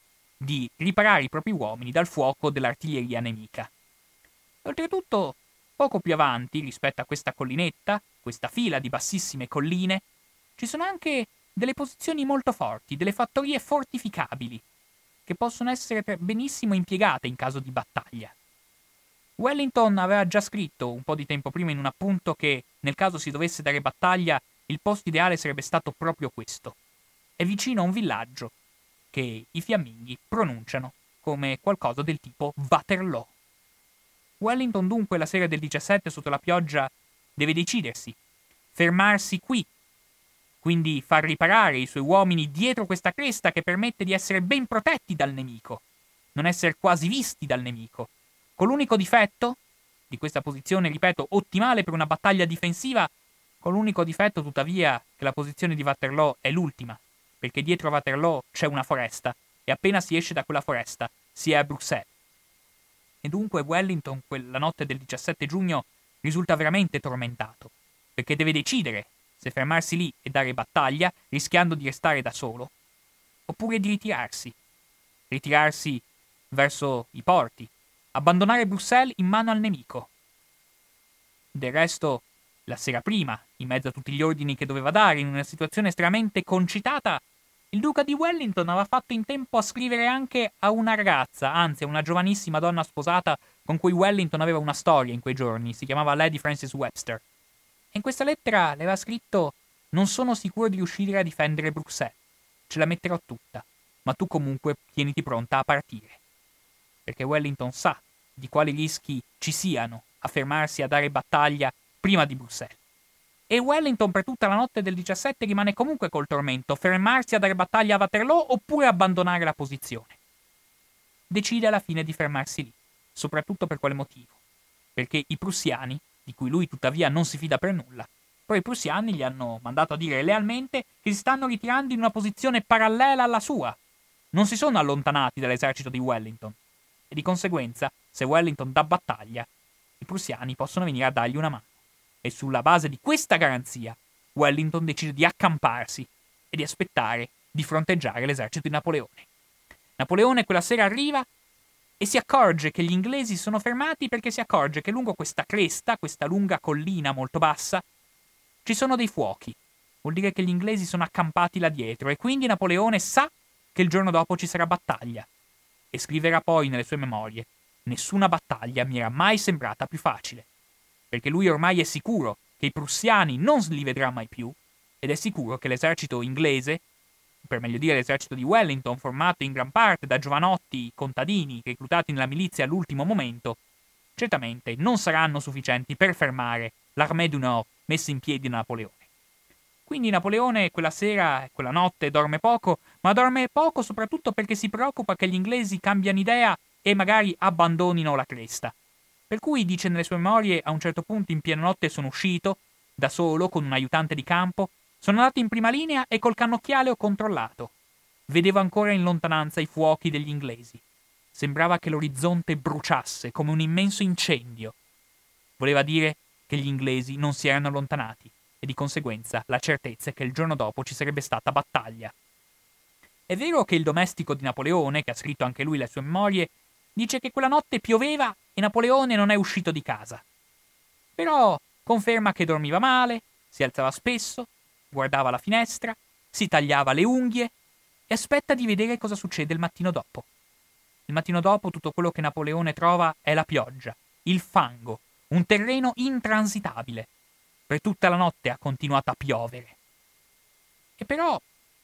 A: di riparare i propri uomini dal fuoco dell'artiglieria nemica. Oltretutto, poco più avanti, rispetto a questa collinetta, questa fila di bassissime colline, ci sono anche delle posizioni molto forti, delle fattorie fortificabili, che possono essere benissimo impiegate in caso di battaglia. Wellington aveva già scritto un po' di tempo prima in un appunto che, nel caso si dovesse dare battaglia, il posto ideale sarebbe stato proprio questo. È vicino a un villaggio che i fiamminghi pronunciano come qualcosa del tipo Waterloo. Wellington dunque la sera del diciassette sotto la pioggia deve decidersi, fermarsi qui, quindi far riparare i suoi uomini dietro questa cresta che permette di essere ben protetti dal nemico, non essere quasi visti dal nemico, con l'unico difetto di questa posizione, ripeto, ottimale per una battaglia difensiva, con l'unico difetto tuttavia che la posizione di Waterloo è l'ultima, perché dietro Waterloo c'è una foresta e appena si esce da quella foresta si è a Bruxelles. E dunque Wellington quella notte del diciassette giugno risulta veramente tormentato, perché deve decidere se fermarsi lì e dare battaglia rischiando di restare da solo, oppure di ritirarsi, ritirarsi verso i porti, abbandonare Bruxelles in mano al nemico. Del resto, la sera prima, in mezzo a tutti gli ordini che doveva dare, in una situazione estremamente concitata, il duca di Wellington aveva fatto in tempo a scrivere anche a una ragazza, anzi a una giovanissima donna sposata con cui Wellington aveva una storia in quei giorni, si chiamava Lady Frances Webster. E in questa lettera le aveva scritto: «Non sono sicuro di riuscire a difendere Bruxelles, ce la metterò tutta, ma tu comunque tieniti pronta a partire». Perché Wellington sa di quali rischi ci siano a fermarsi a dare battaglia prima di Bruxelles. E Wellington per tutta la notte del diciassette rimane comunque col tormento: fermarsi a dare battaglia a Waterloo oppure abbandonare la posizione. Decide alla fine di fermarsi lì, soprattutto per quale motivo? Perché i prussiani, di cui lui tuttavia non si fida per nulla, però i prussiani gli hanno mandato a dire lealmente che si stanno ritirando in una posizione parallela alla sua. Non si sono allontanati dall'esercito di Wellington. E di conseguenza, se Wellington dà battaglia, i prussiani possono venire a dargli una mano. E sulla base di questa garanzia, Wellington decide di accamparsi e di aspettare di fronteggiare l'esercito di Napoleone. Napoleone quella sera arriva e si accorge che gli inglesi sono fermati perché si accorge che lungo questa cresta, questa lunga collina molto bassa, ci sono dei fuochi. Vuol dire che gli inglesi sono accampati là dietro e quindi Napoleone sa che il giorno dopo ci sarà battaglia. E scriverà poi nelle sue memorie: «Nessuna battaglia mi era mai sembrata più facile», perché lui ormai è sicuro che i prussiani non li vedrà mai più ed è sicuro che l'esercito inglese, per meglio dire l'esercito di Wellington, formato in gran parte da giovanotti contadini reclutati nella milizia all'ultimo momento, certamente non saranno sufficienti per fermare l'Armée du Nord messa in piedi da Napoleone. Quindi Napoleone quella sera, quella notte, dorme poco, ma dorme poco soprattutto perché si preoccupa che gli inglesi cambiano idea e magari abbandonino la cresta. Per cui dice nelle sue memorie: «A un certo punto in piena notte sono uscito, da solo, con un aiutante di campo, sono andato in prima linea e col cannocchiale ho controllato. Vedevo ancora in lontananza i fuochi degli inglesi. Sembrava che l'orizzonte bruciasse come un immenso incendio. Voleva dire che gli inglesi non si erano allontanati e di conseguenza la certezza è che il giorno dopo ci sarebbe stata battaglia». È vero che il domestico di Napoleone, che ha scritto anche lui le sue memorie, dice che quella notte pioveva e Napoleone non è uscito di casa. Però conferma che dormiva male, si alzava spesso, guardava la finestra, si tagliava le unghie e aspetta di vedere cosa succede il mattino dopo. Il mattino dopo tutto quello che Napoleone trova è la pioggia, il fango, un terreno intransitabile. Per tutta la notte ha continuato a piovere. E però,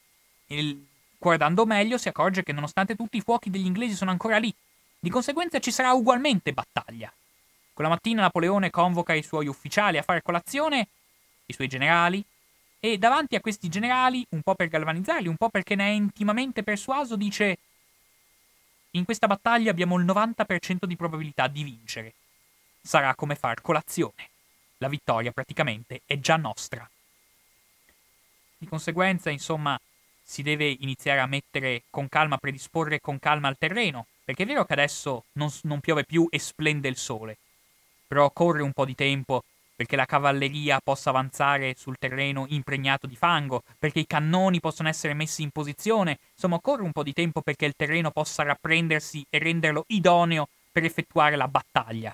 A: il, guardando meglio, si accorge che nonostante tutti i fuochi degli inglesi sono ancora lì. Di conseguenza ci sarà ugualmente battaglia. Quella mattina Napoleone convoca i suoi ufficiali a fare colazione, i suoi generali, e davanti a questi generali, un po' per galvanizzarli, un po' perché ne è intimamente persuaso, dice: «In questa battaglia abbiamo il novanta per cento di probabilità di vincere. Sarà come far colazione. La vittoria praticamente è già nostra». Di conseguenza, insomma, si deve iniziare a mettere con calma, a predisporre con calma il terreno, perché è vero che adesso non, non piove più e splende il sole, però occorre un po' di tempo perché la cavalleria possa avanzare sul terreno impregnato di fango, perché i cannoni possono essere messi in posizione. Insomma, occorre un po' di tempo perché il terreno possa rapprendersi e renderlo idoneo per effettuare la battaglia.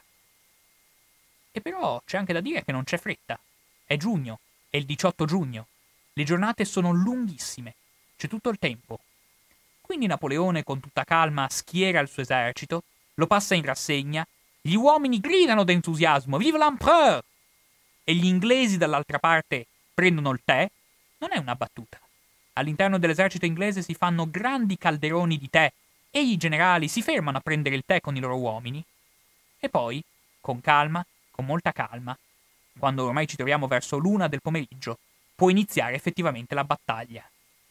A: E però c'è anche da dire che non c'è fretta. È giugno, è il diciotto giugno. Le giornate sono lunghissime, c'è tutto il tempo. Quindi Napoleone, con tutta calma, schiera il suo esercito, lo passa in rassegna, gli uomini gridano d'entusiasmo «Vive l'Empereur!» e gli inglesi dall'altra parte prendono il tè. Non è una battuta. All'interno dell'esercito inglese si fanno grandi calderoni di tè e i generali si fermano a prendere il tè con i loro uomini. E poi, con calma, con molta calma, quando ormai ci troviamo verso l'una del pomeriggio, può iniziare effettivamente la battaglia.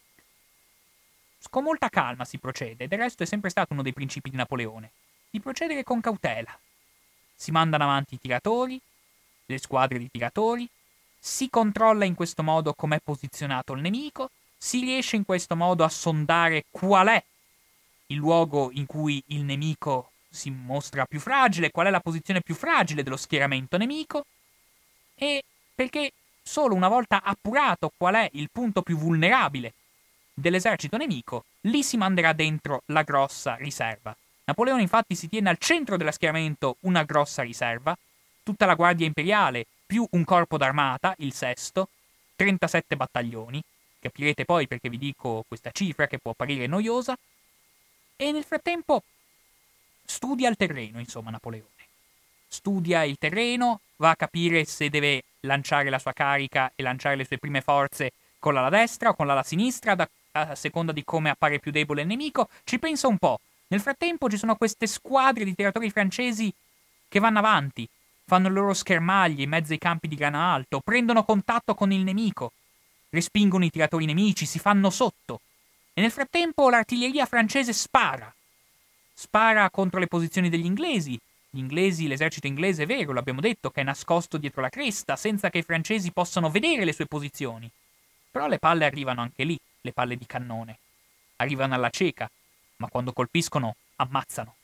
A: Con molta calma si procede, del resto è sempre stato uno dei principi di Napoleone, di procedere con cautela. Si mandano avanti i tiratori, le squadre di tiratori, si controlla in questo modo com'è posizionato il nemico, si riesce in questo modo a sondare qual è il luogo in cui il nemico si mostra più fragile, qual è la posizione più fragile dello schieramento nemico, e perché solo una volta appurato qual è il punto più vulnerabile dell'esercito nemico, lì si manderà dentro la grossa riserva. Napoleone infatti si tiene al centro dello schieramento una grossa riserva, tutta la guardia imperiale, più un corpo d'armata, il sesto, trentasette battaglioni, capirete poi perché vi dico questa cifra che può apparire noiosa, e nel frattempo studia il terreno, insomma, Napoleone. Studia il terreno, va a capire se deve lanciare la sua carica e lanciare le sue prime forze con l'ala destra o con l'ala sinistra, da, a seconda di come appare più debole il nemico, ci pensa un po'. Nel frattempo ci sono queste squadre di tiratori francesi che vanno avanti, fanno le loro schermaglie in mezzo ai campi di grano alto, prendono contatto con il nemico, respingono i tiratori nemici, si fanno sotto. E nel frattempo l'artiglieria francese spara. Spara contro le posizioni degli inglesi. Gli inglesi, l'esercito inglese è vero, l'abbiamo detto, che è nascosto dietro la cresta, senza che i francesi possano vedere le sue posizioni. Però le palle arrivano anche lì, le palle di cannone. Arrivano alla cieca, ma quando colpiscono, ammazzano.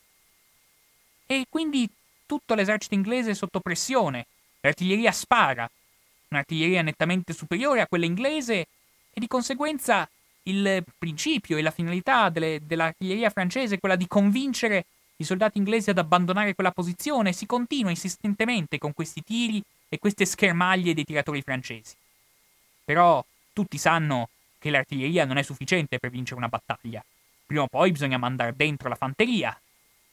A: E quindi tutto l'esercito inglese è sotto pressione. L'artiglieria spara, un'artiglieria nettamente superiore a quella inglese, e di conseguenza il principio e la finalità delle, dell'artiglieria francese è quella di convincere i soldati inglesi ad abbandonare quella posizione. Si continua insistentemente con questi tiri e queste schermaglie dei tiratori francesi. Però tutti sanno che l'artiglieria non è sufficiente per vincere una battaglia. Prima o poi bisogna mandare dentro la fanteria.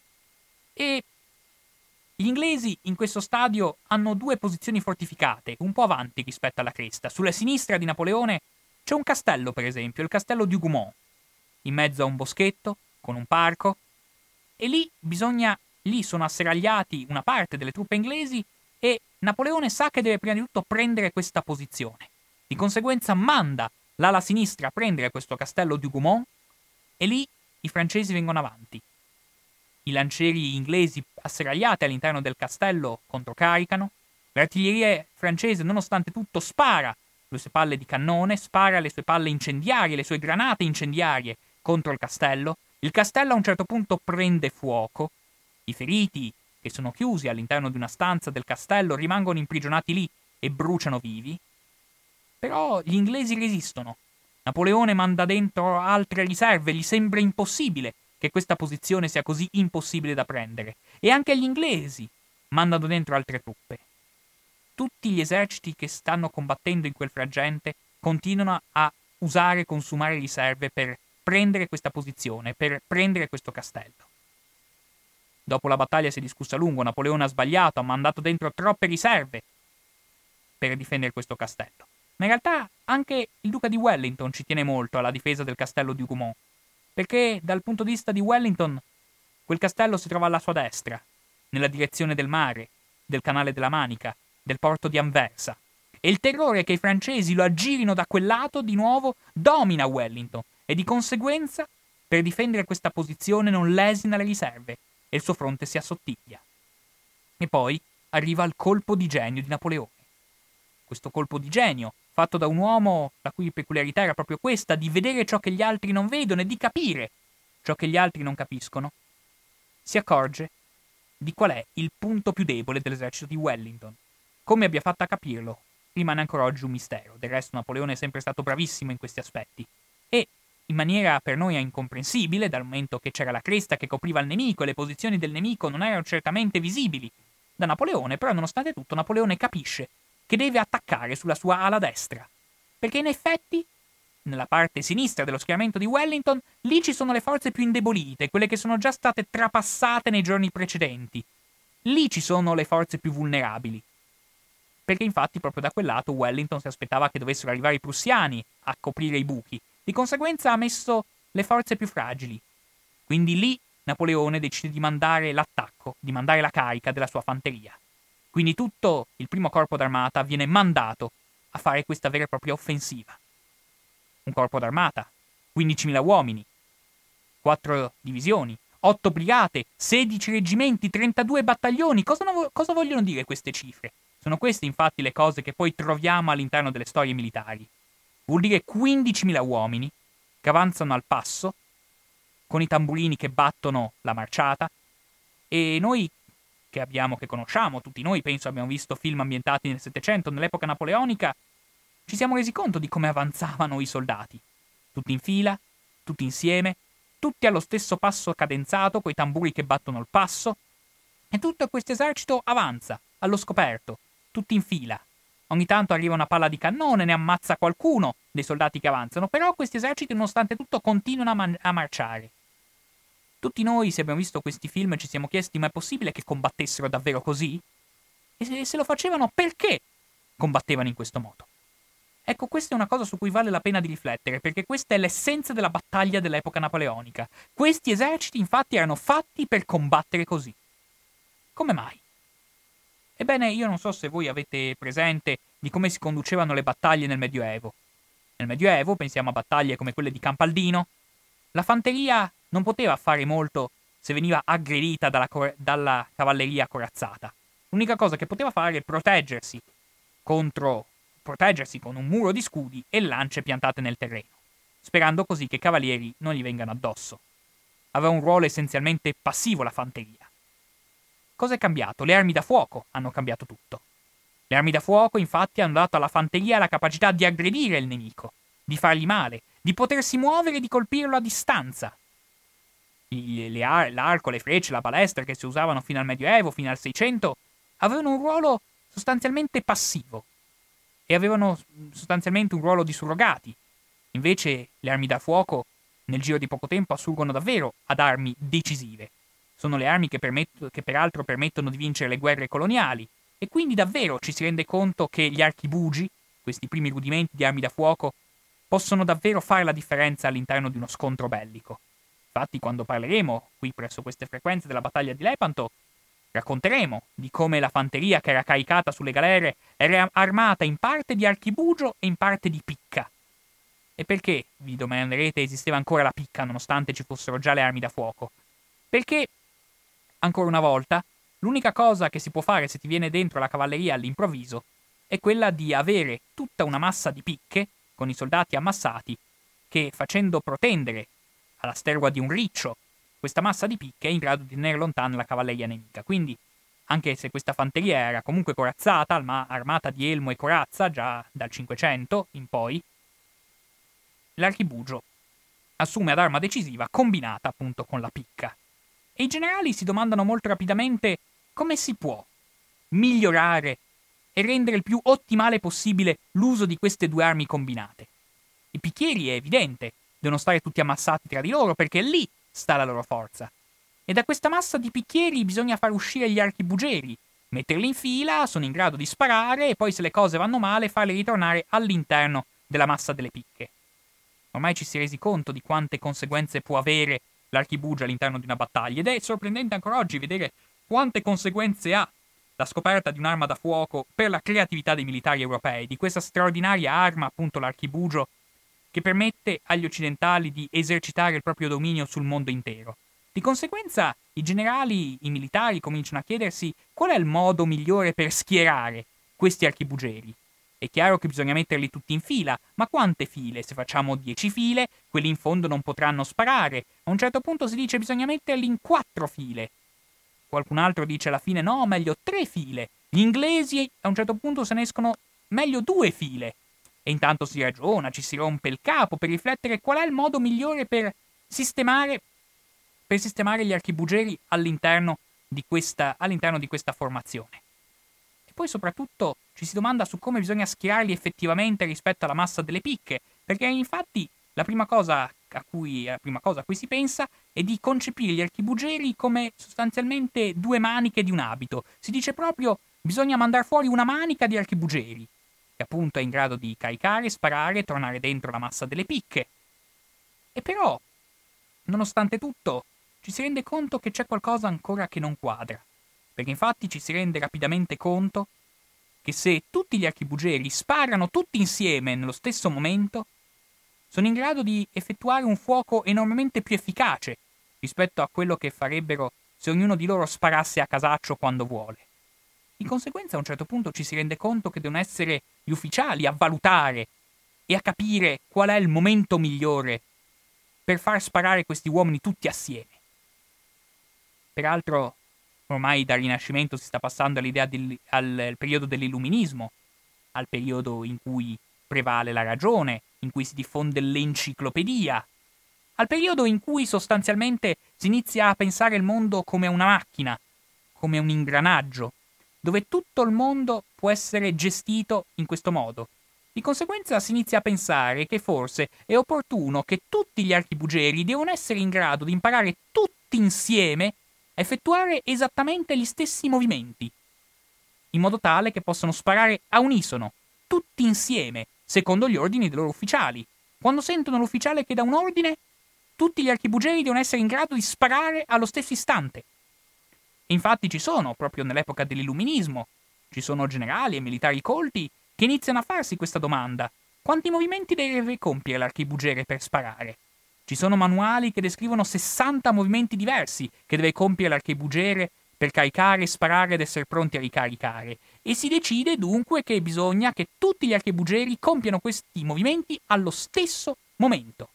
A: E gli inglesi in questo stadio hanno due posizioni fortificate, un po' avanti rispetto alla cresta. Sulla sinistra di Napoleone c'è un castello, per esempio, il castello di Hougomont, in mezzo a un boschetto, con un parco, e lì bisogna, lì sono asseragliati una parte delle truppe inglesi e Napoleone sa che deve prima di tutto prendere questa posizione. Di conseguenza manda l'ala sinistra a prendere questo castello di Hougomont e lì i francesi vengono avanti. I lancieri inglesi asseragliati all'interno del castello controcaricano, l'artiglieria francese nonostante tutto spara le sue palle di cannone, spara le sue palle incendiarie, le sue granate incendiarie contro il castello. Il castello a un certo punto prende fuoco. I feriti, che sono chiusi all'interno di una stanza del castello, rimangono imprigionati lì e bruciano vivi. Però gli inglesi resistono. Napoleone manda dentro altre riserve, gli sembra impossibile che questa posizione sia così impossibile da prendere. E anche gli inglesi mandano dentro altre truppe. Tutti gli eserciti che stanno combattendo in quel frangente continuano a usare e consumare riserve per prendere questa posizione, per prendere questo castello. Dopo la battaglia si è discussa a lungo, Napoleone ha sbagliato, ha mandato dentro troppe riserve per difendere questo castello. Ma in realtà anche il duca di Wellington ci tiene molto alla difesa del castello di Hougomont, perché dal punto di vista di Wellington quel castello si trova alla sua destra, nella direzione del mare, del canale della Manica, del porto di Anversa. E il terrore che i francesi lo aggirino da quel lato di nuovo domina Wellington e di conseguenza per difendere questa posizione non lesina le riserve e il suo fronte si assottiglia. E poi arriva il colpo di genio di Napoleone. Questo colpo di genio, fatto da un uomo la cui peculiarità era proprio questa, di vedere ciò che gli altri non vedono e di capire ciò che gli altri non capiscono, si accorge di qual è il punto più debole dell'esercito di Wellington. Come abbia fatto a capirlo rimane ancora oggi un mistero. Del resto Napoleone è sempre stato bravissimo in questi aspetti. E, in maniera per noi incomprensibile, dal momento che c'era la cresta che copriva il nemico e le posizioni del nemico non erano certamente visibili da Napoleone, però nonostante tutto Napoleone capisce che deve attaccare sulla sua ala destra. Perché in effetti, nella parte sinistra dello schieramento di Wellington, lì ci sono le forze più indebolite, quelle che sono già state trapassate nei giorni precedenti. Lì ci sono le forze più vulnerabili. Perché infatti proprio da quel lato Wellington si aspettava che dovessero arrivare i prussiani a coprire i buchi. Di conseguenza ha messo le forze più fragili. Quindi lì Napoleone decide di mandare l'attacco, di mandare la carica della sua fanteria. Quindi tutto il primo corpo d'armata viene mandato a fare questa vera e propria offensiva. Un corpo d'armata, quindicimila uomini, quattro divisioni, otto brigate, sedici reggimenti, trentadue battaglioni. Cosa, no- cosa vogliono dire queste cifre? Sono queste infatti le cose che poi troviamo all'interno delle storie militari. Vuol dire quindicimila uomini che avanzano al passo, con i tamburini che battono la marciata, e noi che abbiamo, che conosciamo, tutti noi penso abbiamo visto film ambientati nel Settecento, nell'epoca napoleonica, ci siamo resi conto di come avanzavano i soldati. Tutti in fila, tutti insieme, tutti allo stesso passo cadenzato, coi tamburi che battono il passo, e tutto questo esercito avanza, allo scoperto, tutti in fila. Ogni tanto arriva una palla di cannone, ne ammazza qualcuno dei soldati che avanzano, però questi eserciti nonostante tutto continuano a, man- a marciare. Tutti noi, se abbiamo visto questi film, ci siamo chiesti: ma è possibile che combattessero davvero così? E se, se lo facevano, perché combattevano in questo modo? Ecco, questa è una cosa su cui vale la pena di riflettere, perché questa è l'essenza della battaglia dell'epoca napoleonica. Questi eserciti, infatti, erano fatti per combattere così. Come mai? Ebbene, io non so se voi avete presente di come si conducevano le battaglie nel Medioevo. Nel Medioevo, pensiamo a battaglie come quelle di Campaldino, la fanteria non poteva fare molto se veniva aggredita dalla, cor- dalla cavalleria corazzata. L'unica cosa che poteva fare è proteggersi contro proteggersi con un muro di scudi e lance piantate nel terreno, sperando così che i cavalieri non gli vengano addosso. Aveva un ruolo essenzialmente passivo la fanteria. Cosa è cambiato? Le armi da fuoco hanno cambiato tutto. Le armi da fuoco, infatti, hanno dato alla fanteria la capacità di aggredire il nemico, di fargli male, di potersi muovere e di colpirlo a distanza. I, le ar- l'arco, le frecce, la balestra che si usavano fino al Medioevo, fino al Seicento, avevano un ruolo sostanzialmente passivo e avevano sostanzialmente un ruolo di surrogati. Invece le armi da fuoco, nel giro di poco tempo, assurgono davvero ad armi decisive. Sono le armi che, permetto, che peraltro permettono di vincere le guerre coloniali, e quindi davvero ci si rende conto che gli archibugi, questi primi rudimenti di armi da fuoco, possono davvero fare la differenza all'interno di uno scontro bellico. Infatti, quando parleremo qui presso queste frequenze della battaglia di Lepanto, racconteremo di come la fanteria che era caricata sulle galere era armata in parte di archibugio e in parte di picca. E perché, vi domanderete, esisteva ancora la picca nonostante ci fossero già le armi da fuoco? Perché, ancora una volta, l'unica cosa che si può fare se ti viene dentro la cavalleria all'improvviso è quella di avere tutta una massa di picche, con i soldati ammassati, che facendo protendere alla sterua di un riccio questa massa di picche è in grado di tenere lontana la cavalleria nemica. Quindi, anche se questa fanteria era comunque corazzata, armata di elmo e corazza già dal Cinquecento in poi, l'archibugio assume ad arma decisiva combinata appunto con la picca. E i generali si domandano molto rapidamente come si può migliorare e rendere il più ottimale possibile l'uso di queste due armi combinate. I picchieri, è evidente, devono stare tutti ammassati tra di loro perché lì sta la loro forza. E da questa massa di picchieri bisogna far uscire gli archibugeri, metterli in fila, sono in grado di sparare e poi se le cose vanno male farli ritornare all'interno della massa delle picche. Ormai ci si è resi conto di quante conseguenze può avere l'archibugio all'interno di una battaglia ed è sorprendente ancora oggi vedere quante conseguenze ha la scoperta di un'arma da fuoco per la creatività dei militari europei, di questa straordinaria arma, appunto l'archibugio, che permette agli occidentali di esercitare il proprio dominio sul mondo intero. Di conseguenza, i generali, i militari cominciano a chiedersi qual è il modo migliore per schierare questi archibugeri. È chiaro che bisogna metterli tutti in fila, ma quante file? Se facciamo dieci file, quelli in fondo non potranno sparare. A un certo punto si dice che bisogna metterli in quattro file. Qualcun altro dice alla fine no, meglio tre file. Gli Gli inglesi a un certo punto se ne escono meglio due file. E intanto si ragiona, ci si rompe il capo per riflettere qual è il modo migliore per sistemare, per sistemare gli archibugieri all'interno di questa, all'interno di questa formazione. E poi soprattutto ci si domanda su come bisogna schierarli effettivamente rispetto alla massa delle picche, perché infatti la prima cosa a cui, la prima cosa a cui si pensa è di concepire gli archibugieri come sostanzialmente due maniche di un abito. Si dice proprio bisogna mandare fuori una manica di archibugieri, che appunto è in grado di caricare, sparare e tornare dentro la massa delle picche. E però, nonostante tutto, ci si rende conto che c'è qualcosa ancora che non quadra, perché infatti ci si rende rapidamente conto che se tutti gli archibugieri sparano tutti insieme nello stesso momento, sono in grado di effettuare un fuoco enormemente più efficace rispetto a quello che farebbero se ognuno di loro sparasse a casaccio quando vuole. Di conseguenza a un certo punto ci si rende conto che devono essere gli ufficiali a valutare e a capire qual è il momento migliore per far sparare questi uomini tutti assieme. Peraltro, ormai dal Rinascimento si sta passando all'idea del, al, al periodo dell'Illuminismo, al periodo in cui prevale la ragione, in cui si diffonde l'enciclopedia, al periodo in cui sostanzialmente si inizia a pensare il mondo come una macchina, come un ingranaggio, dove tutto il mondo può essere gestito in questo modo. Di conseguenza si inizia a pensare che forse è opportuno che tutti gli archibugieri devono essere in grado di imparare tutti insieme a effettuare esattamente gli stessi movimenti, in modo tale che possano sparare a unisono, tutti insieme, secondo gli ordini dei loro ufficiali. Quando sentono l'ufficiale che dà un ordine, tutti gli archibugieri devono essere in grado di sparare allo stesso istante. Infatti ci sono, proprio nell'epoca dell'Illuminismo, ci sono generali e militari colti che iniziano a farsi questa domanda: quanti movimenti deve compiere l'archibugiere per sparare? Ci sono manuali che descrivono sessanta movimenti diversi che deve compiere l'archibugiere per caricare, sparare ed essere pronti a ricaricare, e si decide dunque che bisogna che tutti gli archibugieri compiano questi movimenti allo stesso momento.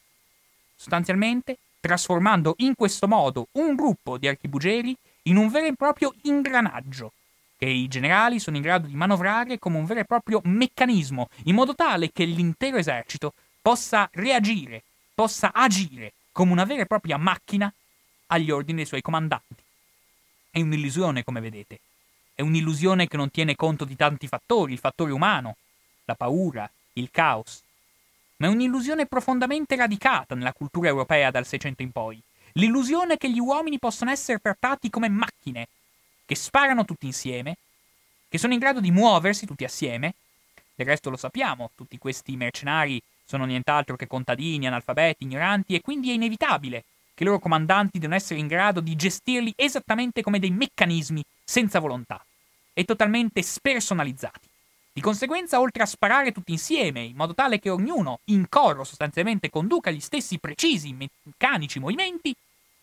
A: Sostanzialmente trasformando in questo modo un gruppo di archibugieri in un vero e proprio ingranaggio, che i generali sono in grado di manovrare come un vero e proprio meccanismo, in modo tale che l'intero esercito possa reagire, possa agire come una vera e propria macchina agli ordini dei suoi comandanti. È un'illusione, come vedete. È un'illusione che non tiene conto di tanti fattori, il fattore umano, la paura, il caos. Ma è un'illusione profondamente radicata nella cultura europea dal Seicento in poi. L'illusione che gli uomini possono essere trattati come macchine, che sparano tutti insieme, che sono in grado di muoversi tutti assieme. Del resto lo sappiamo, tutti questi mercenari sono nient'altro che contadini, analfabeti, ignoranti, e quindi è inevitabile che i loro comandanti devono essere in grado di gestirli esattamente come dei meccanismi senza volontà e totalmente spersonalizzati. Di conseguenza, oltre a sparare tutti insieme, in modo tale che ognuno in coro sostanzialmente conduca gli stessi precisi meccanici movimenti,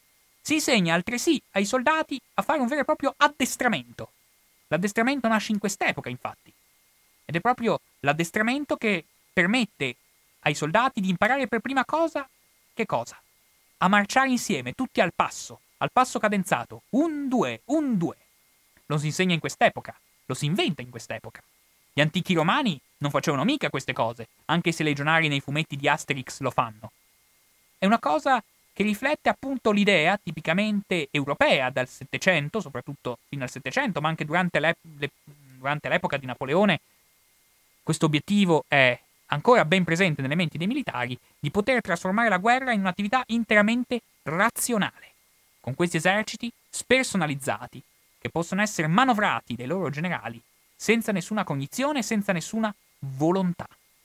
A: si insegna altresì ai soldati a fare un vero e proprio addestramento. L'addestramento nasce in quest'epoca, infatti, ed è proprio l'addestramento che permette ai soldati di imparare per prima cosa che cosa? A marciare insieme, tutti al passo, al passo cadenzato, un, due, un, due. Lo si insegna in quest'epoca, lo si inventa in quest'epoca. Gli antichi romani non facevano mica queste cose, anche se i legionari nei fumetti di Asterix lo fanno. È una cosa che riflette appunto l'idea tipicamente europea dal Settecento, soprattutto fino al Settecento, ma anche durante, l'ep- le- durante l'epoca di Napoleone. Questo obiettivo è ancora ben presente nelle menti dei militari, di poter trasformare la guerra in un'attività interamente razionale, con questi eserciti spersonalizzati, che possono essere manovrati dai loro generali senza nessuna cognizione, senza nessuna volontà.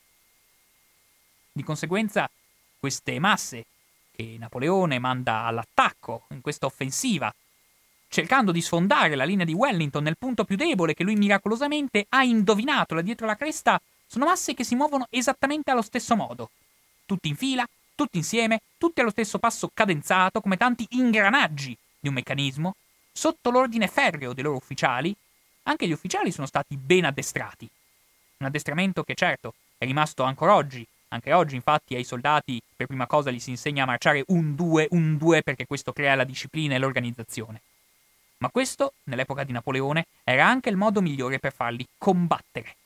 A: Di conseguenza, queste masse che Napoleone manda all'attacco in questa offensiva, cercando di sfondare la linea di Wellington nel punto più debole che lui miracolosamente ha indovinato là dietro la cresta, sono masse che si muovono esattamente allo stesso modo. Tutti in fila, tutti insieme, tutti allo stesso passo cadenzato, come tanti ingranaggi di un meccanismo, sotto l'ordine ferreo dei loro ufficiali. Anche gli ufficiali sono stati ben addestrati. Un addestramento che, certo, è rimasto ancora oggi. Anche oggi, infatti, ai soldati per prima cosa gli si insegna a marciare un due, un due, perché questo crea la disciplina e l'organizzazione. Ma questo, nell'epoca di Napoleone, era anche il modo migliore per farli combattere.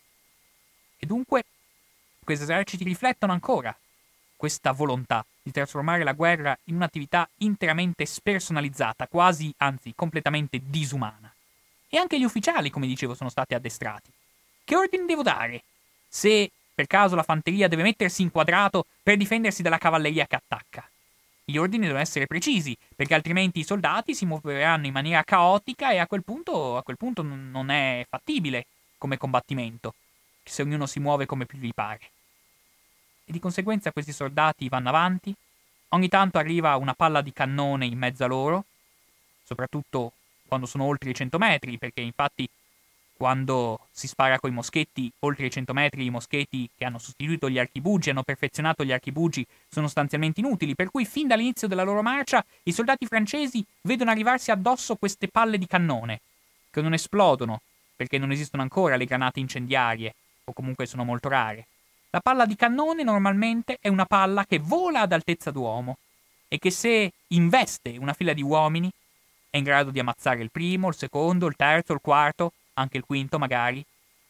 A: E dunque, questi eserciti riflettono ancora questa volontà di trasformare la guerra in un'attività interamente spersonalizzata, quasi, anzi, completamente disumana. E anche gli ufficiali, come dicevo, sono stati addestrati. Che ordine devo dare? Se per caso la fanteria deve mettersi in quadrato per difendersi dalla cavalleria che attacca. Gli ordini devono essere precisi, perché altrimenti i soldati si muoveranno in maniera caotica e a quel punto, a quel punto non è fattibile come combattimento, se ognuno si muove come più gli pare. E di conseguenza questi soldati vanno avanti, ogni tanto arriva una palla di cannone in mezzo a loro, soprattutto quando sono oltre i cento metri, perché infatti quando si spara coi moschetti oltre i cento metri, i moschetti che hanno sostituito gli archibugi, hanno perfezionato gli archibugi, sono sostanzialmente inutili, per cui fin dall'inizio della loro marcia i soldati francesi vedono arrivarsi addosso queste palle di cannone, che non esplodono, perché non esistono ancora le granate incendiarie, o comunque sono molto rare. La palla di cannone normalmente è una palla che vola ad altezza d'uomo e che se investe una fila di uomini è in grado di ammazzare il primo, il secondo, il terzo, il quarto, anche il quinto magari.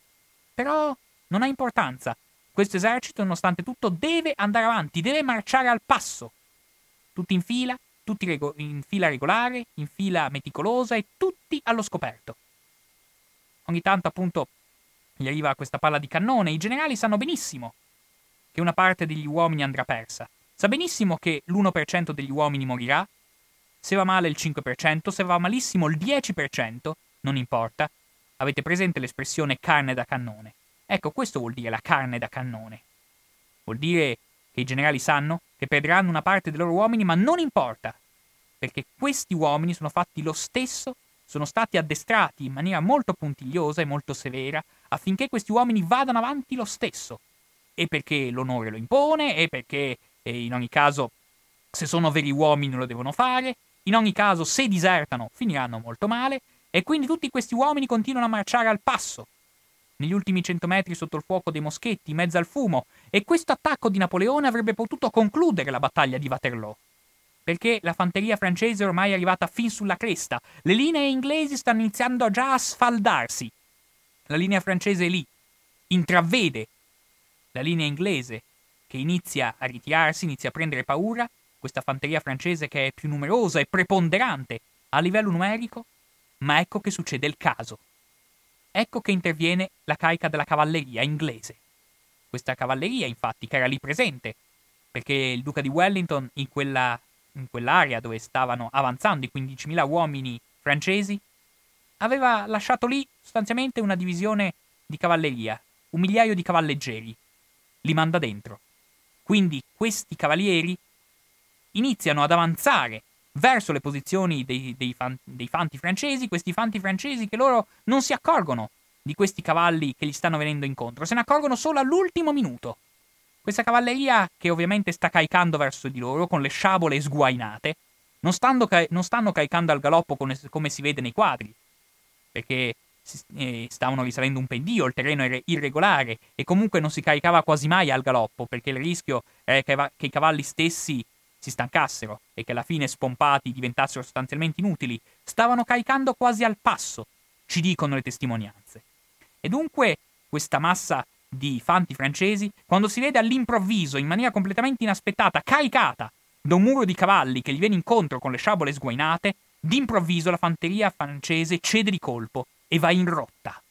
A: Però non ha importanza. Questo esercito, nonostante tutto, deve andare avanti, deve marciare al passo. Tutti in fila, tutti rego- in fila regolare, in fila meticolosa e tutti allo scoperto. Ogni tanto, appunto, gli arriva questa palla di cannone. I generali sanno benissimo che una parte degli uomini andrà persa. Sa benissimo che l'uno per cento degli uomini morirà. Se va male il cinque per cento, se va malissimo il dieci per cento, non importa. Avete presente l'espressione carne da cannone? Ecco, questo vuol dire la carne da cannone. Vuol dire che i generali sanno che perderanno una parte dei loro uomini, ma non importa, perché questi uomini sono fatti lo stesso, sono stati addestrati in maniera molto puntigliosa e molto severa affinché questi uomini vadano avanti lo stesso. E perché l'onore lo impone, e perché eh, in ogni caso, se sono veri uomini lo devono fare, in ogni caso, se disertano, finiranno molto male, e quindi tutti questi uomini continuano a marciare al passo, negli ultimi cento metri sotto il fuoco dei moschetti, in mezzo al fumo, e questo attacco di Napoleone avrebbe potuto concludere la battaglia di Waterloo, perché la fanteria francese è ormai arrivata fin sulla cresta, le linee inglesi stanno iniziando già a sfaldarsi. La linea francese è lì, intravede la linea inglese che inizia a ritirarsi, inizia a prendere paura, questa fanteria francese che è più numerosa e preponderante a livello numerico, ma ecco che succede il caso. Ecco che interviene la carica della cavalleria inglese. Questa cavalleria, infatti, che era lì presente, perché il duca di Wellington, in quella in quell'area dove stavano avanzando i quindicimila uomini francesi, aveva lasciato lì sostanzialmente una divisione di cavalleria, un migliaio di cavalleggeri. Li manda dentro. Quindi questi cavalieri iniziano ad avanzare verso le posizioni dei, dei, fan, dei fanti francesi, questi fanti francesi che loro non si accorgono di questi cavalli che gli stanno venendo incontro, se ne accorgono solo all'ultimo minuto. Questa cavalleria, che ovviamente sta caicando verso di loro con le sciabole sguainate, non, stando ca- non stanno caicando al galoppo come, come si vede nei quadri, perché eh, stavano risalendo un pendio, il terreno era irregolare e comunque non si caricava quasi mai al galoppo, perché il rischio era che, va- che i cavalli stessi si stancassero e che alla fine spompati diventassero sostanzialmente inutili. Stavano caricando quasi al passo, ci dicono le testimonianze. E dunque questa massa di fanti francesi, quando si vede all'improvviso, in maniera completamente inaspettata, caricata da un muro di cavalli che gli viene incontro con le sciabole sguainate, d'improvviso la fanteria francese cede di colpo e va in rotta.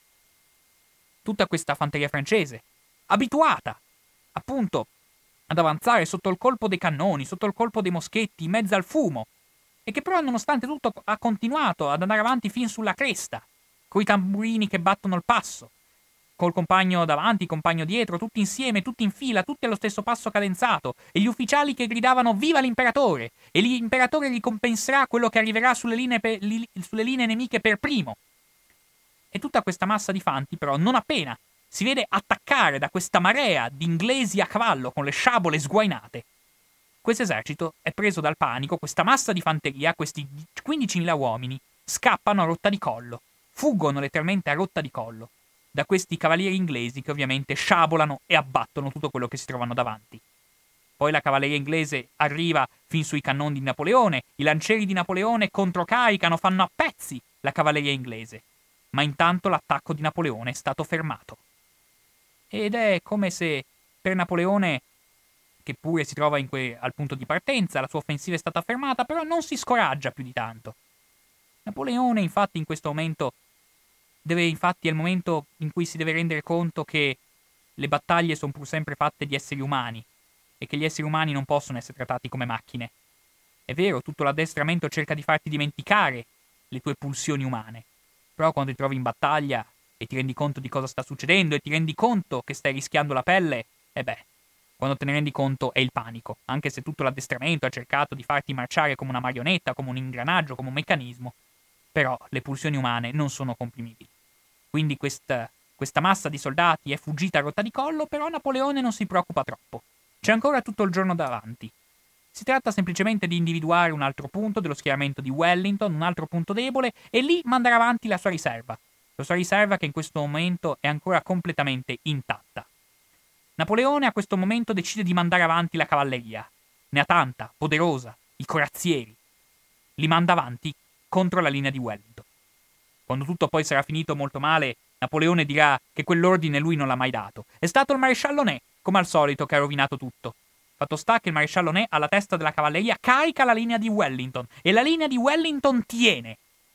A: Tutta questa fanteria francese, abituata, appunto, ad avanzare sotto il colpo dei cannoni, sotto il colpo dei moschetti, in mezzo al fumo, e che però nonostante tutto ha continuato ad andare avanti fin sulla cresta, coi tamburini che battono il passo, col compagno davanti, compagno dietro, tutti insieme, tutti in fila, tutti allo stesso passo cadenzato, e gli ufficiali che gridavano viva l'imperatore, e l'imperatore ricompenserà quello che arriverà sulle linee, per, li, sulle linee nemiche per primo. E tutta questa massa di fanti, però, non appena si vede attaccare da questa marea di inglesi a cavallo con le sciabole sguainate, questo esercito è preso dal panico, questa massa di fanteria, questi quindicimila uomini, scappano a rotta di collo, fuggono letteralmente a rotta di collo da questi cavalieri inglesi che ovviamente sciabolano e abbattono tutto quello che si trovano davanti. Poi la cavalleria inglese arriva fin sui cannoni di Napoleone, i lancieri di Napoleone controcaricano, fanno a pezzi la cavalleria inglese, ma intanto l'attacco di Napoleone è stato fermato. Ed è come se per Napoleone, che pure si trova in que- al punto di partenza, la sua offensiva è stata fermata, però non si scoraggia più di tanto. Napoleone, infatti, in questo momento deve, infatti, è il momento in cui si deve rendere conto che le battaglie sono pur sempre fatte di esseri umani e che gli esseri umani non possono essere trattati come macchine. È vero, tutto l'addestramento cerca di farti dimenticare le tue pulsioni umane, però quando ti trovi in battaglia e ti rendi conto di cosa sta succedendo e ti rendi conto che stai rischiando la pelle, e beh, quando te ne rendi conto è il panico, anche se tutto l'addestramento ha cercato di farti marciare come una marionetta, come un ingranaggio, come un meccanismo, però le pulsioni umane non sono comprimibili. Quindi questa, questa massa di soldati è fuggita a rotta di collo, però Napoleone non si preoccupa troppo. C'è ancora tutto il giorno davanti. Si tratta semplicemente di individuare un altro punto dello schieramento di Wellington, un altro punto debole, e lì mandare avanti la sua riserva. La sua riserva che in questo momento è ancora completamente intatta. Napoleone a questo momento decide di mandare avanti la cavalleria. Ne ha tanta, poderosa, i corazzieri. Li manda avanti contro la linea di Wellington. Quando tutto poi sarà finito molto male, Napoleone dirà che quell'ordine lui non l'ha mai dato. È stato il maresciallo Ney, come al solito, che ha rovinato tutto. Fatto sta che il maresciallo Ney, alla testa della cavalleria, carica la linea di Wellington e la linea di Wellington tiene.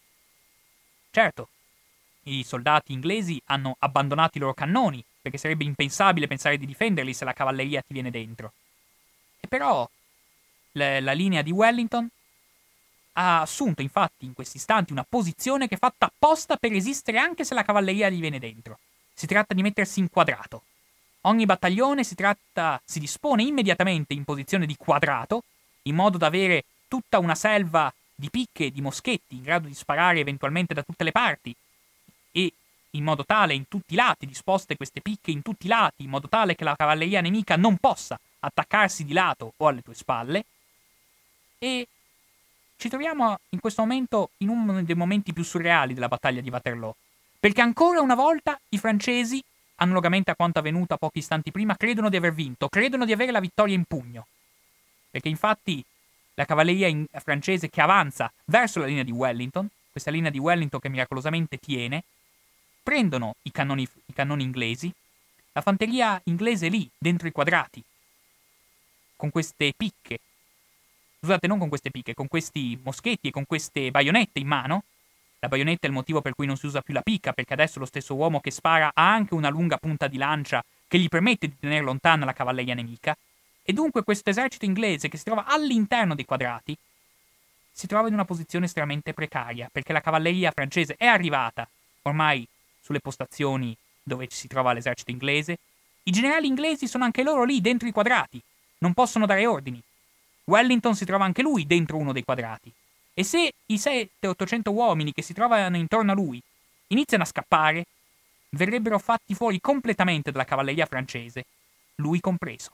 A: Certo, i soldati inglesi hanno abbandonato i loro cannoni, perché sarebbe impensabile pensare di difenderli se la cavalleria ti viene dentro. E però le, la linea di Wellington ha assunto infatti in questi istanti una posizione che è fatta apposta per resistere anche se la cavalleria gli viene dentro. Si tratta di mettersi in quadrato. Ogni battaglione si tratta, si dispone immediatamente in posizione di quadrato, in modo da avere tutta una selva di picche e di moschetti in grado di sparare eventualmente da tutte le parti, e in modo tale in tutti i lati, disposte queste picche in tutti i lati, in modo tale che la cavalleria nemica non possa attaccarsi di lato o alle tue spalle. E ci troviamo in questo momento in uno dei momenti più surreali della battaglia di Waterloo, perché ancora una volta i francesi, analogamente a quanto avvenuto pochi istanti prima, credono di aver vinto, credono di avere la vittoria in pugno. Perché infatti la cavalleria in- francese che avanza verso la linea di Wellington, questa linea di Wellington che miracolosamente tiene, prendono i cannoni, i cannoni inglesi, la fanteria inglese lì, dentro i quadrati, con queste picche, scusate, non con queste picche, con questi moschetti e con queste baionette in mano. La baionetta è il motivo per cui non si usa più la picca, perché adesso lo stesso uomo che spara ha anche una lunga punta di lancia che gli permette di tenere lontana la cavalleria nemica, e dunque questo esercito inglese che si trova all'interno dei quadrati si trova in una posizione estremamente precaria, perché la cavalleria francese è arrivata ormai sulle postazioni dove si trova l'esercito inglese. I generali inglesi sono anche loro lì dentro i quadrati, non possono dare ordini. Wellington si trova anche lui dentro uno dei quadrati. E se i settecento ottocento uomini che si trovano intorno a lui iniziano a scappare, verrebbero fatti fuori completamente dalla cavalleria francese, lui compreso.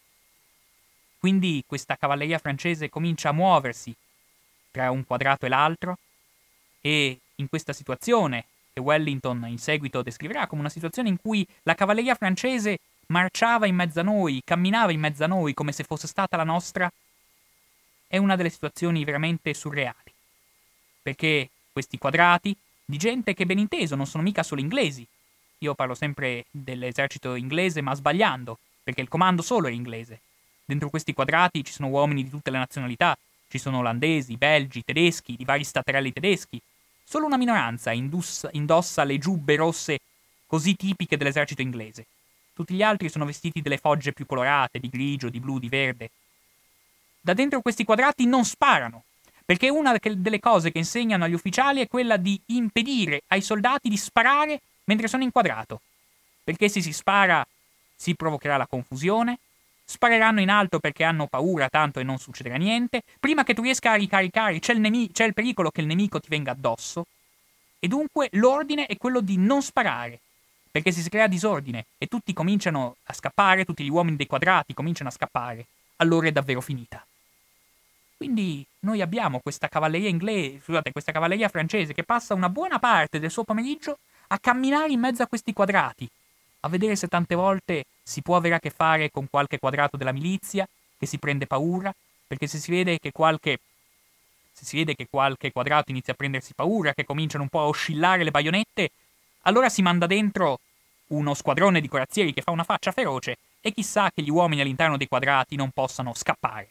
A: Quindi questa cavalleria francese comincia a muoversi tra un quadrato e l'altro, e in questa situazione, che Wellington in seguito descriverà come una situazione in cui la cavalleria francese marciava in mezzo a noi, camminava in mezzo a noi come se fosse stata la nostra, è una delle situazioni veramente surreali. Perché questi quadrati, di gente che ben inteso non sono mica solo inglesi, io parlo sempre dell'esercito inglese ma sbagliando, perché il comando solo è inglese. Dentro questi quadrati ci sono uomini di tutte le nazionalità, ci sono olandesi, belgi, tedeschi, di vari staterelli tedeschi. Solo una minoranza indossa, indossa le giubbe rosse così tipiche dell'esercito inglese. Tutti gli altri sono vestiti delle fogge più colorate, di grigio, di blu, di verde. Da dentro questi quadrati non sparano, perché una delle cose che insegnano agli ufficiali è quella di impedire ai soldati di sparare mentre sono in quadrato. Perché se si spara si provocherà la confusione, spareranno in alto perché hanno paura tanto e non succederà niente, prima che tu riesca a ricaricare c'è il, nemi- c'è il pericolo che il nemico ti venga addosso, e dunque l'ordine è quello di non sparare, perché se si crea disordine e tutti cominciano a scappare, tutti gli uomini dei quadrati cominciano a scappare, allora è davvero finita. Quindi noi abbiamo questa cavalleria inglese, scusate, questa cavalleria francese che passa una buona parte del suo pomeriggio a camminare in mezzo a questi quadrati, a vedere se tante volte si può avere a che fare con qualche quadrato della milizia che si prende paura, perché se si vede che qualche se si vede che qualche quadrato inizia a prendersi paura, che cominciano un po' a oscillare le baionette, allora si manda dentro uno squadrone di corazzieri che fa una faccia feroce e chissà che gli uomini all'interno dei quadrati non possano scappare.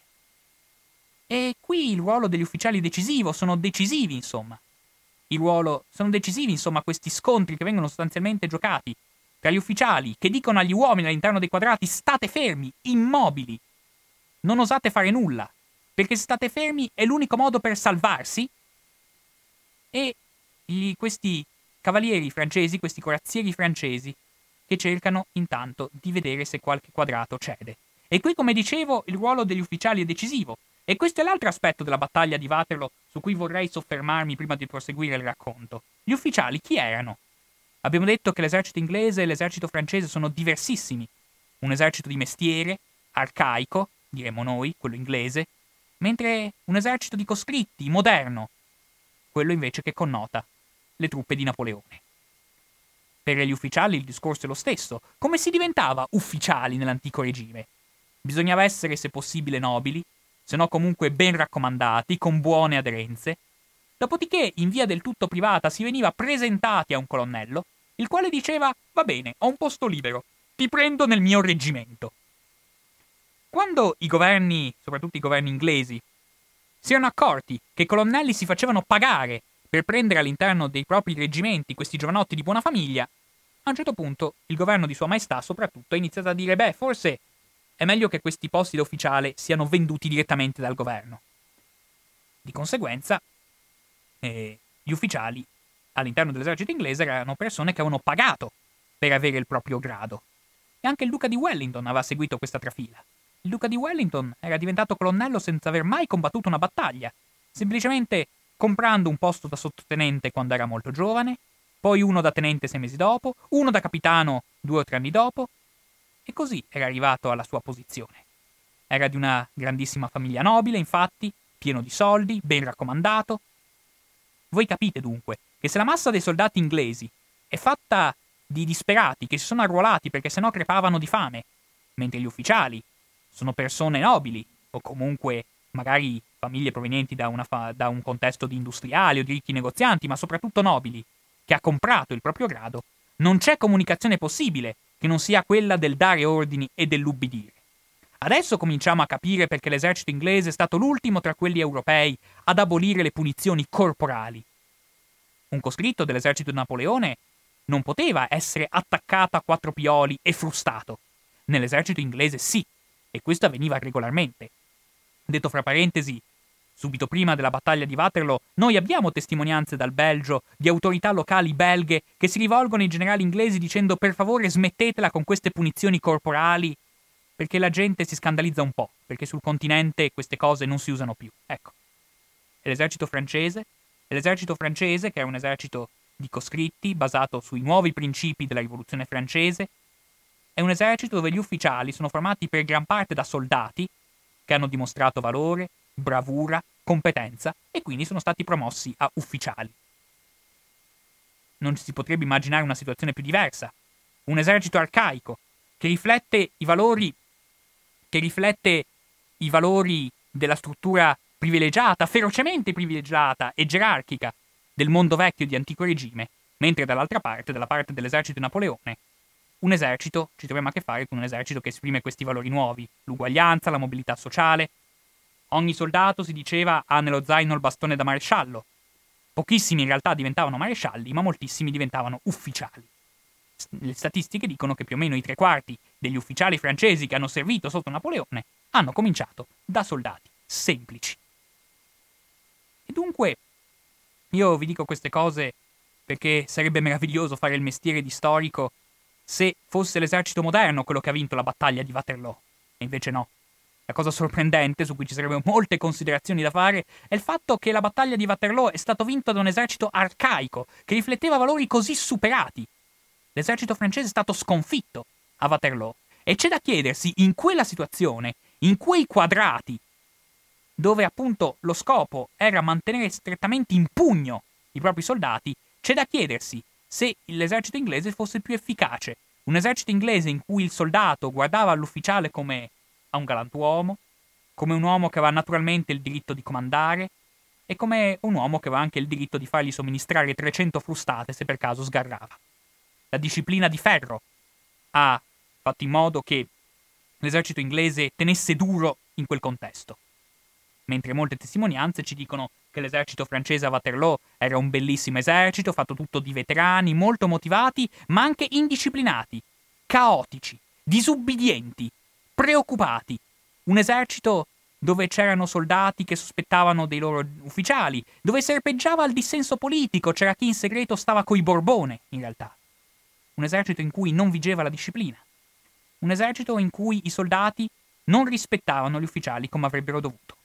A: E qui il ruolo degli ufficiali è decisivo, sono decisivi, insomma. Il ruolo sono decisivi, insomma, questi scontri che vengono sostanzialmente giocati tra gli ufficiali che dicono agli uomini all'interno dei quadrati: state fermi, immobili, non osate fare nulla, perché se state fermi è l'unico modo per salvarsi. E gli, questi cavalieri francesi, questi corazzieri francesi, che cercano intanto di vedere se qualche quadrato cede. E qui, come dicevo, il ruolo degli ufficiali è decisivo. E questo è l'altro aspetto della battaglia di Waterloo su cui vorrei soffermarmi prima di proseguire il racconto. Gli ufficiali chi erano? Abbiamo detto che l'esercito inglese e l'esercito francese sono diversissimi. Un esercito di mestiere, arcaico, diremmo noi, quello inglese, mentre un esercito di coscritti, moderno, quello invece che connota le truppe di Napoleone. Per gli ufficiali il discorso è lo stesso. Come si diventava ufficiali nell'antico regime? Bisognava essere, se possibile, nobili, se no comunque ben raccomandati, con buone aderenze. Dopodiché, in via del tutto privata, si veniva presentati a un colonnello, il quale diceva: va bene, ho un posto libero, ti prendo nel mio reggimento. Quando i governi, soprattutto i governi inglesi, si erano accorti che i colonnelli si facevano pagare per prendere all'interno dei propri reggimenti questi giovanotti di buona famiglia, a un certo punto il governo di Sua Maestà soprattutto ha iniziato a dire: beh, forse è meglio che questi posti da ufficiale siano venduti direttamente dal governo. Di conseguenza, eh, gli ufficiali all'interno dell'esercito inglese erano persone che avevano pagato per avere il proprio grado. E anche il duca di Wellington aveva seguito questa trafila. Il duca di Wellington era diventato colonnello senza aver mai combattuto una battaglia, semplicemente comprando un posto da sottotenente quando era molto giovane, poi uno da tenente sei mesi dopo, uno da capitano due o tre anni dopo, e così era arrivato alla sua posizione. Era di una grandissima famiglia nobile, infatti, pieno di soldi, ben raccomandato. Voi capite dunque che se la massa dei soldati inglesi è fatta di disperati che si sono arruolati perché sennò crepavano di fame, mentre gli ufficiali sono persone nobili, o comunque magari famiglie provenienti da, una fa- da un contesto di industriali o di ricchi negozianti, ma soprattutto nobili, che ha comprato il proprio grado, non c'è comunicazione possibile che non sia quella del dare ordini e dell'ubbidire. Adesso cominciamo a capire perché l'esercito inglese è stato l'ultimo tra quelli europei ad abolire le punizioni corporali. Un coscritto dell'esercito di Napoleone non poteva essere attaccato a quattro pioli e frustato. Nell'esercito inglese sì, e questo avveniva regolarmente. Detto fra parentesi, subito prima della battaglia di Waterloo, noi abbiamo testimonianze dal Belgio di autorità locali belghe che si rivolgono ai generali inglesi dicendo: per favore smettetela con queste punizioni corporali, perché la gente si scandalizza un po', perché sul continente queste cose non si usano più. Ecco. E l'esercito francese? E l'esercito francese, che è un esercito di coscritti, basato sui nuovi principi della rivoluzione francese, è un esercito dove gli ufficiali sono formati per gran parte da soldati che hanno dimostrato valore, bravura, competenza e quindi sono stati promossi a ufficiali. Non si potrebbe immaginare una situazione più diversa. Un esercito arcaico che riflette i valori che riflette i valori della struttura privilegiata, ferocemente privilegiata e gerarchica del mondo vecchio di antico regime, mentre dall'altra parte, dalla parte dell'esercito di Napoleone, un esercito, ci troviamo a che fare con un esercito che esprime questi valori nuovi, l'uguaglianza, la mobilità sociale. Ogni soldato, si diceva, ha nello zaino il bastone da maresciallo. Pochissimi in realtà diventavano marescialli, ma moltissimi diventavano ufficiali. Le statistiche dicono che più o meno i tre quarti degli ufficiali francesi che hanno servito sotto Napoleone hanno cominciato da soldati semplici. E dunque, io vi dico queste cose perché sarebbe meraviglioso fare il mestiere di storico se fosse l'esercito moderno quello che ha vinto la battaglia di Waterloo. E invece no. La cosa sorprendente, su cui ci sarebbero molte considerazioni da fare, è il fatto che la battaglia di Waterloo è stata vinta da un esercito arcaico, che rifletteva valori così superati. L'esercito francese è stato sconfitto a Waterloo. E c'è da chiedersi, in quella situazione, in quei quadrati, dove appunto lo scopo era mantenere strettamente in pugno i propri soldati, c'è da chiedersi se l'esercito inglese fosse più efficace. Un esercito inglese in cui il soldato guardava l'ufficiale come a un galantuomo, come un uomo che aveva naturalmente il diritto di comandare, e come un uomo che aveva anche il diritto di fargli somministrare trecento frustate se per caso sgarrava. La disciplina di ferro ha fatto in modo che l'esercito inglese tenesse duro in quel contesto, mentre molte testimonianze ci dicono che l'esercito francese a Waterloo era un bellissimo esercito, fatto tutto di veterani, molto motivati, ma anche indisciplinati, caotici, disubbidienti, preoccupati. Un esercito dove c'erano soldati che sospettavano dei loro ufficiali, dove serpeggiava il dissenso politico, c'era chi in segreto stava coi Borbone, in realtà. Un esercito in cui non vigeva la disciplina. Un esercito in cui i soldati non rispettavano gli ufficiali come avrebbero dovuto.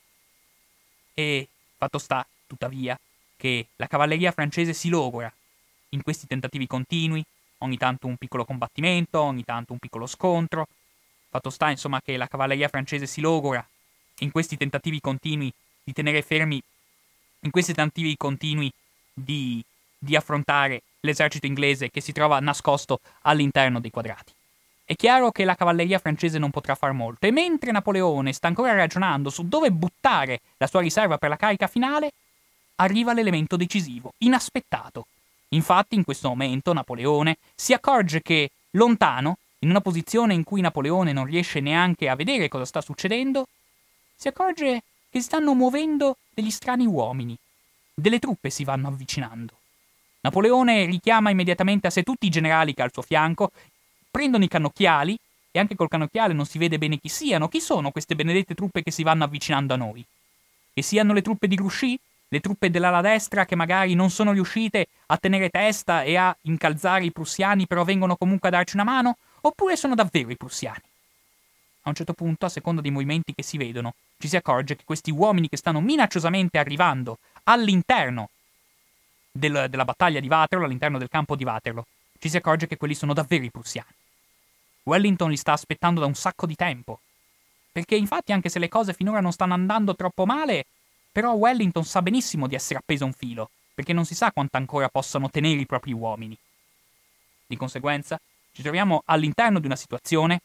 A: E fatto sta, tuttavia, che la cavalleria francese si logora in questi tentativi continui, ogni tanto un piccolo combattimento, ogni tanto un piccolo scontro. Fatto sta, insomma, che la cavalleria francese si logora in questi tentativi continui di tenere fermi, in questi tentativi continui di, di affrontare l'esercito inglese che si trova nascosto all'interno dei quadrati. È chiaro che la cavalleria francese non potrà far molto, e mentre Napoleone sta ancora ragionando su dove buttare la sua riserva per la carica finale, arriva l'elemento decisivo, inaspettato. Infatti, in questo momento, Napoleone si accorge che, lontano, in una posizione in cui Napoleone non riesce neanche a vedere cosa sta succedendo, si accorge che si stanno muovendo degli strani uomini. Delle truppe si vanno avvicinando. Napoleone richiama immediatamente a sé tutti i generali che ha al suo fianco, prendono i cannocchiali, e anche col cannocchiale non si vede bene chi siano. Chi sono queste benedette truppe che si vanno avvicinando a noi? Che siano le truppe di Grouchy? Le truppe dell'ala destra che magari non sono riuscite a tenere testa e a incalzare i prussiani, però vengono comunque a darci una mano? Oppure sono davvero i prussiani? A un certo punto, a seconda dei movimenti che si vedono, ci si accorge che questi uomini che stanno minacciosamente arrivando all'interno del, della battaglia di Waterloo, all'interno del campo di Waterloo, ci si accorge che quelli sono davvero i prussiani. Wellington li sta aspettando da un sacco di tempo, perché infatti anche se le cose finora non stanno andando troppo male, però Wellington sa benissimo di essere appeso a un filo, perché non si sa quanto ancora possano tenere i propri uomini. Di conseguenza, ci troviamo all'interno di una situazione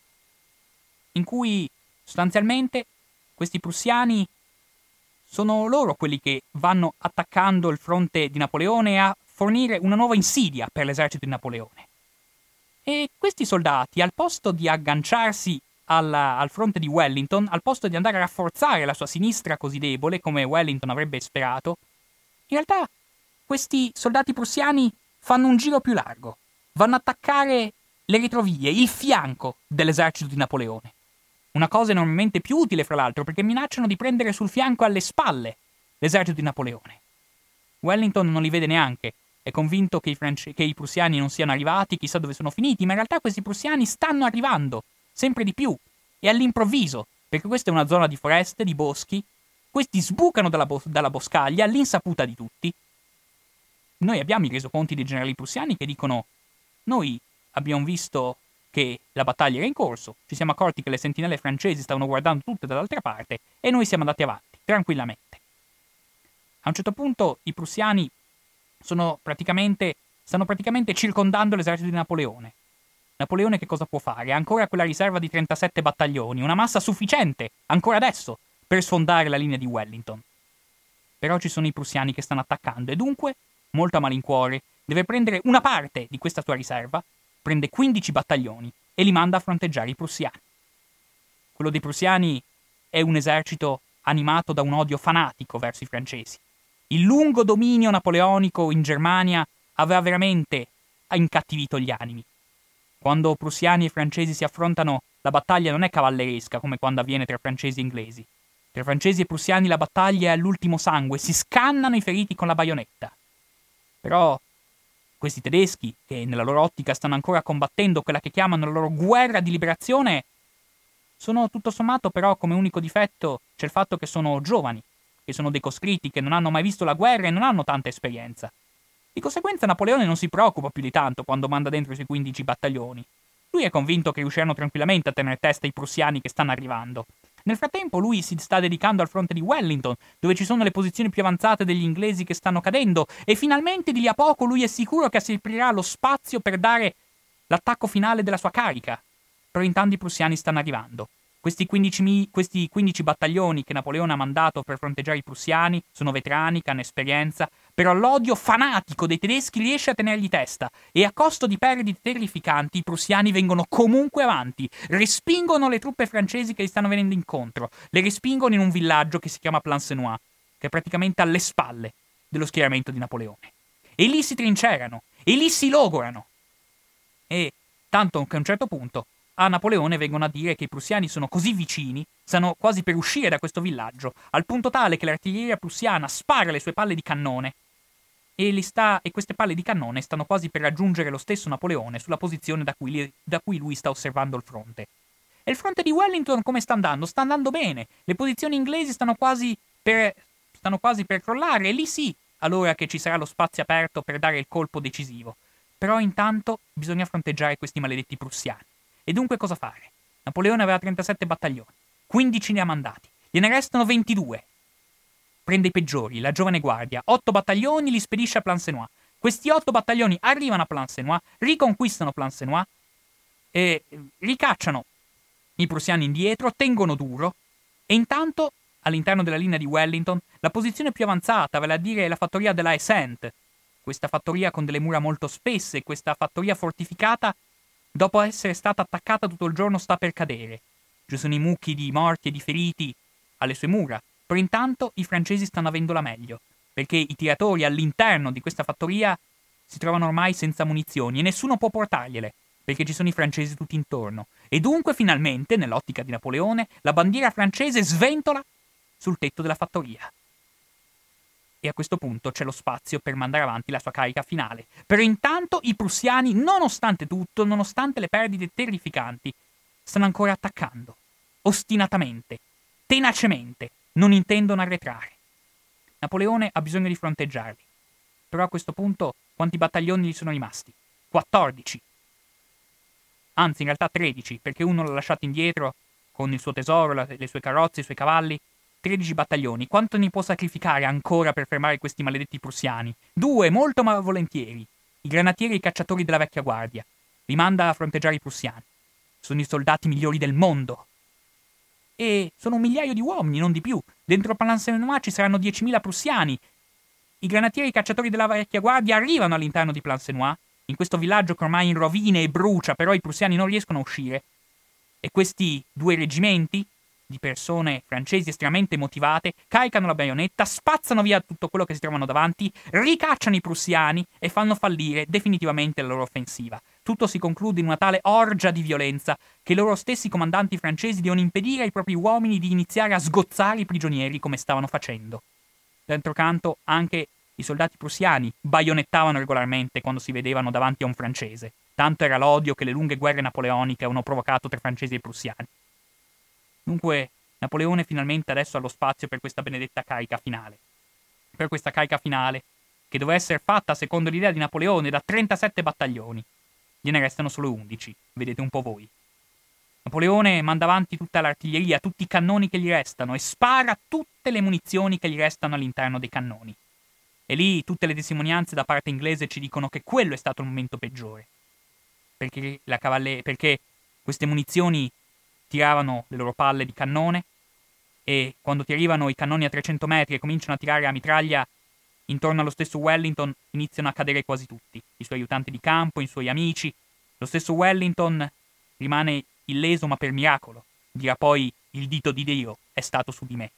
A: in cui sostanzialmente questi prussiani sono loro quelli che vanno attaccando il fronte di Napoleone a fornire una nuova insidia per l'esercito di Napoleone. E questi soldati, al posto di agganciarsi alla, al fronte di Wellington, al posto di andare a rafforzare la sua sinistra così debole, come Wellington avrebbe sperato, in realtà questi soldati prussiani fanno un giro più largo. Vanno a attaccare le retrovie, il fianco dell'esercito di Napoleone. Una cosa enormemente più utile, fra l'altro, perché minacciano di prendere sul fianco alle spalle l'esercito di Napoleone. Wellington non li vede neanche, è convinto che i, france- che i prussiani non siano arrivati, chissà dove sono finiti, ma in realtà questi prussiani stanno arrivando, sempre di più, e all'improvviso, perché questa è una zona di foreste, di boschi, questi sbucano dalla, bos- dalla boscaglia all'insaputa di tutti. Noi abbiamo i resoconti dei generali prussiani che dicono: noi abbiamo visto che la battaglia era in corso, ci siamo accorti che le sentinelle francesi stavano guardando tutte dall'altra parte e noi siamo andati avanti, tranquillamente. A un certo punto i prussiani sono praticamente, stanno praticamente circondando l'esercito di Napoleone. Napoleone che cosa può fare? Ha ancora quella riserva di trentasette battaglioni, una massa sufficiente, ancora adesso, per sfondare la linea di Wellington. Però ci sono i prussiani che stanno attaccando e dunque, molto a malincuore, deve prendere una parte di questa sua riserva, prende quindici battaglioni e li manda a fronteggiare i prussiani. Quello dei prussiani è un esercito animato da un odio fanatico verso i francesi. Il lungo dominio napoleonico in Germania aveva veramente incattivito gli animi. Quando prussiani e francesi si affrontano, la battaglia non è cavalleresca come quando avviene tra francesi e inglesi. Tra francesi e prussiani la battaglia è all'ultimo sangue, si scannano i feriti con la baionetta. Però questi tedeschi, che nella loro ottica stanno ancora combattendo quella che chiamano la loro guerra di liberazione, sono tutto sommato però come unico difetto c'è il fatto che sono giovani, che sono dei coscritti, che non hanno mai visto la guerra e non hanno tanta esperienza. Di conseguenza Napoleone non si preoccupa più di tanto quando manda dentro i suoi quindici battaglioni. Lui è convinto che riusciranno tranquillamente a tenere testa ai prussiani che stanno arrivando. Nel frattempo lui si sta dedicando al fronte di Wellington, dove ci sono le posizioni più avanzate degli inglesi che stanno cadendo, e finalmente di lì a poco lui è sicuro che si aprirà lo spazio per dare l'attacco finale della sua carica. Però intanto i prussiani stanno arrivando. Questi quindici, mi- questi quindici battaglioni che Napoleone ha mandato per fronteggiare i prussiani sono veterani che hanno esperienza, però l'odio fanatico dei tedeschi riesce a tenergli testa e a costo di perdite terrificanti i prussiani vengono comunque avanti, respingono le truppe francesi che gli stanno venendo incontro, le respingono in un villaggio che si chiama Plancenoit, che è praticamente alle spalle dello schieramento di Napoleone. E lì si trincerano, e lì si logorano. E tanto che a un certo punto a Napoleone vengono a dire che i prussiani sono così vicini, stanno quasi per uscire da questo villaggio, al punto tale che l'artiglieria prussiana spara le sue palle di cannone e, li sta, e queste palle di cannone stanno quasi per raggiungere lo stesso Napoleone sulla posizione da cui, li, da cui lui sta osservando il fronte. E il fronte di Wellington come sta andando? Sta andando bene, le posizioni inglesi stanno quasi per, stanno quasi per crollare, e lì sì, allora che ci sarà lo spazio aperto per dare il colpo decisivo. Però intanto bisogna fronteggiare questi maledetti prussiani. E dunque cosa fare? Napoleone aveva trentasette battaglioni, quindici ne ha mandati, gliene restano ventidue. Prende i peggiori, la giovane guardia, otto battaglioni li spedisce a Plancenoit. Questi otto battaglioni arrivano a Plancenoit, riconquistano Plancenoit e ricacciano i prussiani indietro, tengono duro e intanto all'interno della linea di Wellington la posizione più avanzata, vale a dire la fattoria della Essent, questa fattoria con delle mura molto spesse, questa fattoria fortificata, dopo essere stata attaccata tutto il giorno, sta per cadere. Ci sono i mucchi di morti e di feriti alle sue mura, però intanto i francesi stanno avendo la meglio, perché i tiratori all'interno di questa fattoria si trovano ormai senza munizioni e nessuno può portargliele, perché ci sono i francesi tutti intorno. E dunque finalmente, nell'ottica di Napoleone, la bandiera francese sventola sul tetto della fattoria. E a questo punto c'è lo spazio per mandare avanti la sua carica finale. Però intanto i prussiani, nonostante tutto, nonostante le perdite terrificanti, stanno ancora attaccando, ostinatamente, tenacemente, non intendono arretrare. Napoleone ha bisogno di fronteggiarli. Però a questo punto quanti battaglioni gli sono rimasti? quattordici. Anzi, in realtà tredici, perché uno l'ha lasciato indietro con il suo tesoro, le sue carrozze, i suoi cavalli. tredici battaglioni. Quanto ne può sacrificare ancora per fermare questi maledetti prussiani? Due, molto ma volentieri. I granatieri e i cacciatori della vecchia guardia. Li manda a fronteggiare i prussiani. Sono i soldati migliori del mondo. E sono un migliaio di uomini, non di più. Dentro Plancenoit ci saranno diecimila prussiani. I granatieri e i cacciatori della vecchia guardia arrivano all'interno di Plancenoit, in questo villaggio che ormai è in rovine e brucia, però i prussiani non riescono a uscire. E questi due reggimenti di persone francesi estremamente motivate caricano la baionetta, spazzano via tutto quello che si trovano davanti, ricacciano i prussiani e fanno fallire definitivamente la loro offensiva. Tutto si conclude in una tale orgia di violenza che i loro stessi comandanti francesi devono impedire ai propri uomini di iniziare a sgozzare i prigionieri come stavano facendo. D'altro canto, anche i soldati prussiani baionettavano regolarmente quando si vedevano davanti a un francese. Tanto era l'odio che le lunghe guerre napoleoniche avevano provocato tra francesi e prussiani. Dunque, Napoleone finalmente adesso ha lo spazio per questa benedetta carica finale. Per questa carica finale, che doveva essere fatta secondo l'idea di Napoleone da trentasette battaglioni. Gliene restano solo undici, vedete un po' voi. Napoleone manda avanti tutta l'artiglieria, tutti i cannoni che gli restano e spara tutte le munizioni che gli restano all'interno dei cannoni. E lì tutte le testimonianze da parte inglese ci dicono che quello è stato il momento peggiore. Perché, la cavalle- perché queste munizioni tiravano le loro palle di cannone e quando ti arrivano i cannoni a trecento metri e cominciano a tirare a mitraglia intorno allo stesso Wellington iniziano a cadere quasi tutti, i suoi aiutanti di campo, i suoi amici. Lo stesso Wellington rimane illeso ma per miracolo, dirà poi il dito di Dio è stato su di me.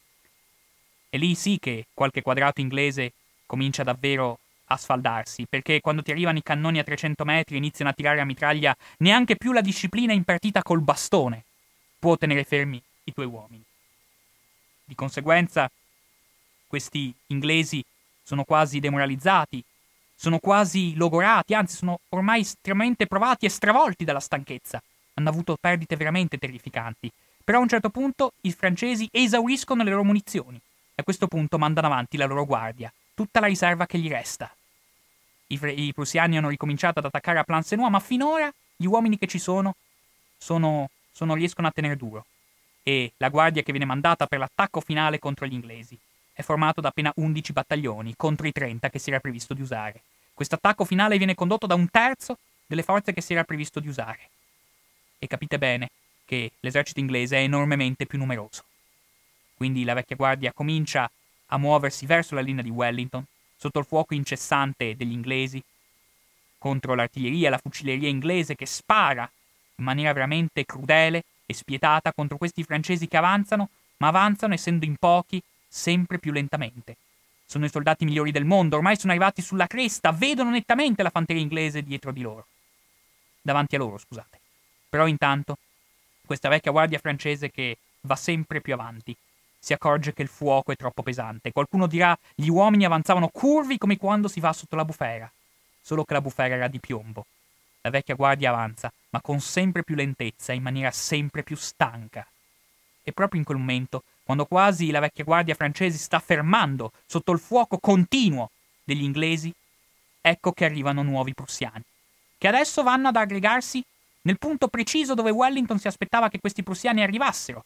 A: E lì sì che qualche quadrato inglese comincia davvero a sfaldarsi, perché quando ti arrivano i cannoni a trecento metri e iniziano a tirare a mitraglia, neanche più la disciplina impartita col bastone può tenere fermi i tuoi uomini. Di conseguenza, questi inglesi sono quasi demoralizzati, sono quasi logorati, anzi sono ormai estremamente provati e stravolti dalla stanchezza. Hanno avuto perdite veramente terrificanti. Però a un certo punto i francesi esauriscono le loro munizioni e a questo punto mandano avanti la loro guardia, tutta la riserva che gli resta. I, fr- i prussiani hanno ricominciato ad attaccare a Plancenoit, ma finora gli uomini che ci sono, sono, sono riescono a tenere duro. E la guardia che viene mandata per l'attacco finale contro gli inglesi è formato da appena undici battaglioni contro i trenta che si era previsto di usare. Questo attacco finale viene condotto da un terzo delle forze che si era previsto di usare. E capite bene che l'esercito inglese è enormemente più numeroso. Quindi la vecchia guardia comincia a muoversi verso la linea di Wellington, sotto il fuoco incessante degli inglesi, contro l'artiglieria e la fucilleria inglese che spara in maniera veramente crudele e spietata contro questi francesi che avanzano, ma avanzano, essendo in pochi, sempre più lentamente. Sono i soldati migliori del mondo, ormai sono arrivati sulla cresta, vedono nettamente la fanteria inglese dietro di loro. Davanti a loro, scusate. Però intanto, questa vecchia guardia francese che va sempre più avanti, si accorge che il fuoco è troppo pesante. Qualcuno dirà, gli uomini avanzavano curvi come quando si va sotto la bufera. Solo che la bufera era di piombo. La vecchia guardia avanza, ma con sempre più lentezza, in maniera sempre più stanca. E proprio in quel momento, quando quasi la vecchia guardia francese si sta fermando sotto il fuoco continuo degli inglesi, ecco che arrivano nuovi prussiani, che adesso vanno ad aggregarsi nel punto preciso dove Wellington si aspettava che questi prussiani arrivassero.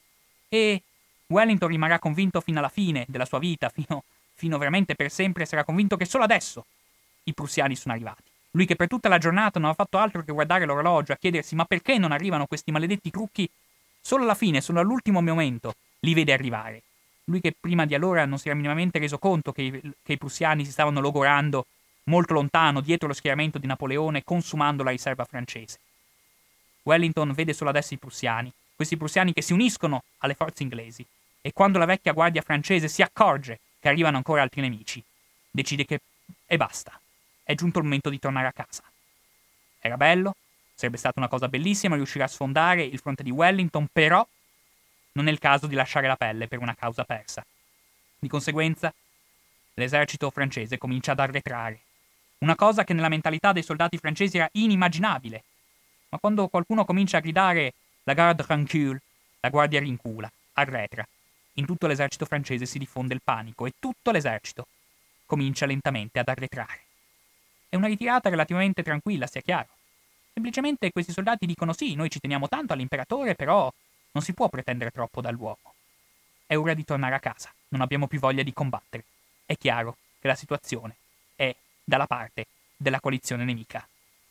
A: E Wellington rimarrà convinto fino alla fine della sua vita, fino, fino veramente per sempre, sarà convinto che solo adesso i prussiani sono arrivati. Lui che per tutta la giornata non ha fatto altro che guardare l'orologio, a chiedersi ma perché non arrivano questi maledetti trucchi, solo alla fine, solo all'ultimo momento, li vede arrivare. Lui che prima di allora non si era minimamente reso conto che i, che i prussiani si stavano logorando molto lontano, dietro lo schieramento di Napoleone, consumando la riserva francese. Wellington vede solo adesso i prussiani, questi prussiani che si uniscono alle forze inglesi, e quando la vecchia guardia francese si accorge che arrivano ancora altri nemici, decide che... e basta. È giunto il momento di tornare a casa. Era bello, sarebbe stata una cosa bellissima riuscire a sfondare il fronte di Wellington, però non è il caso di lasciare la pelle per una causa persa. Di conseguenza, l'esercito francese comincia ad arretrare. Una cosa che nella mentalità dei soldati francesi era inimmaginabile. Ma quando qualcuno comincia a gridare la garde rancule, la guardia rincula, arretra. In tutto l'esercito francese si diffonde il panico e tutto l'esercito comincia lentamente ad arretrare. È una ritirata relativamente tranquilla, sia chiaro. Semplicemente questi soldati dicono sì, noi ci teniamo tanto all'imperatore, però non si può pretendere troppo dall'uomo. È ora di tornare a casa, non abbiamo più voglia di combattere. È chiaro che la situazione è dalla parte della coalizione nemica.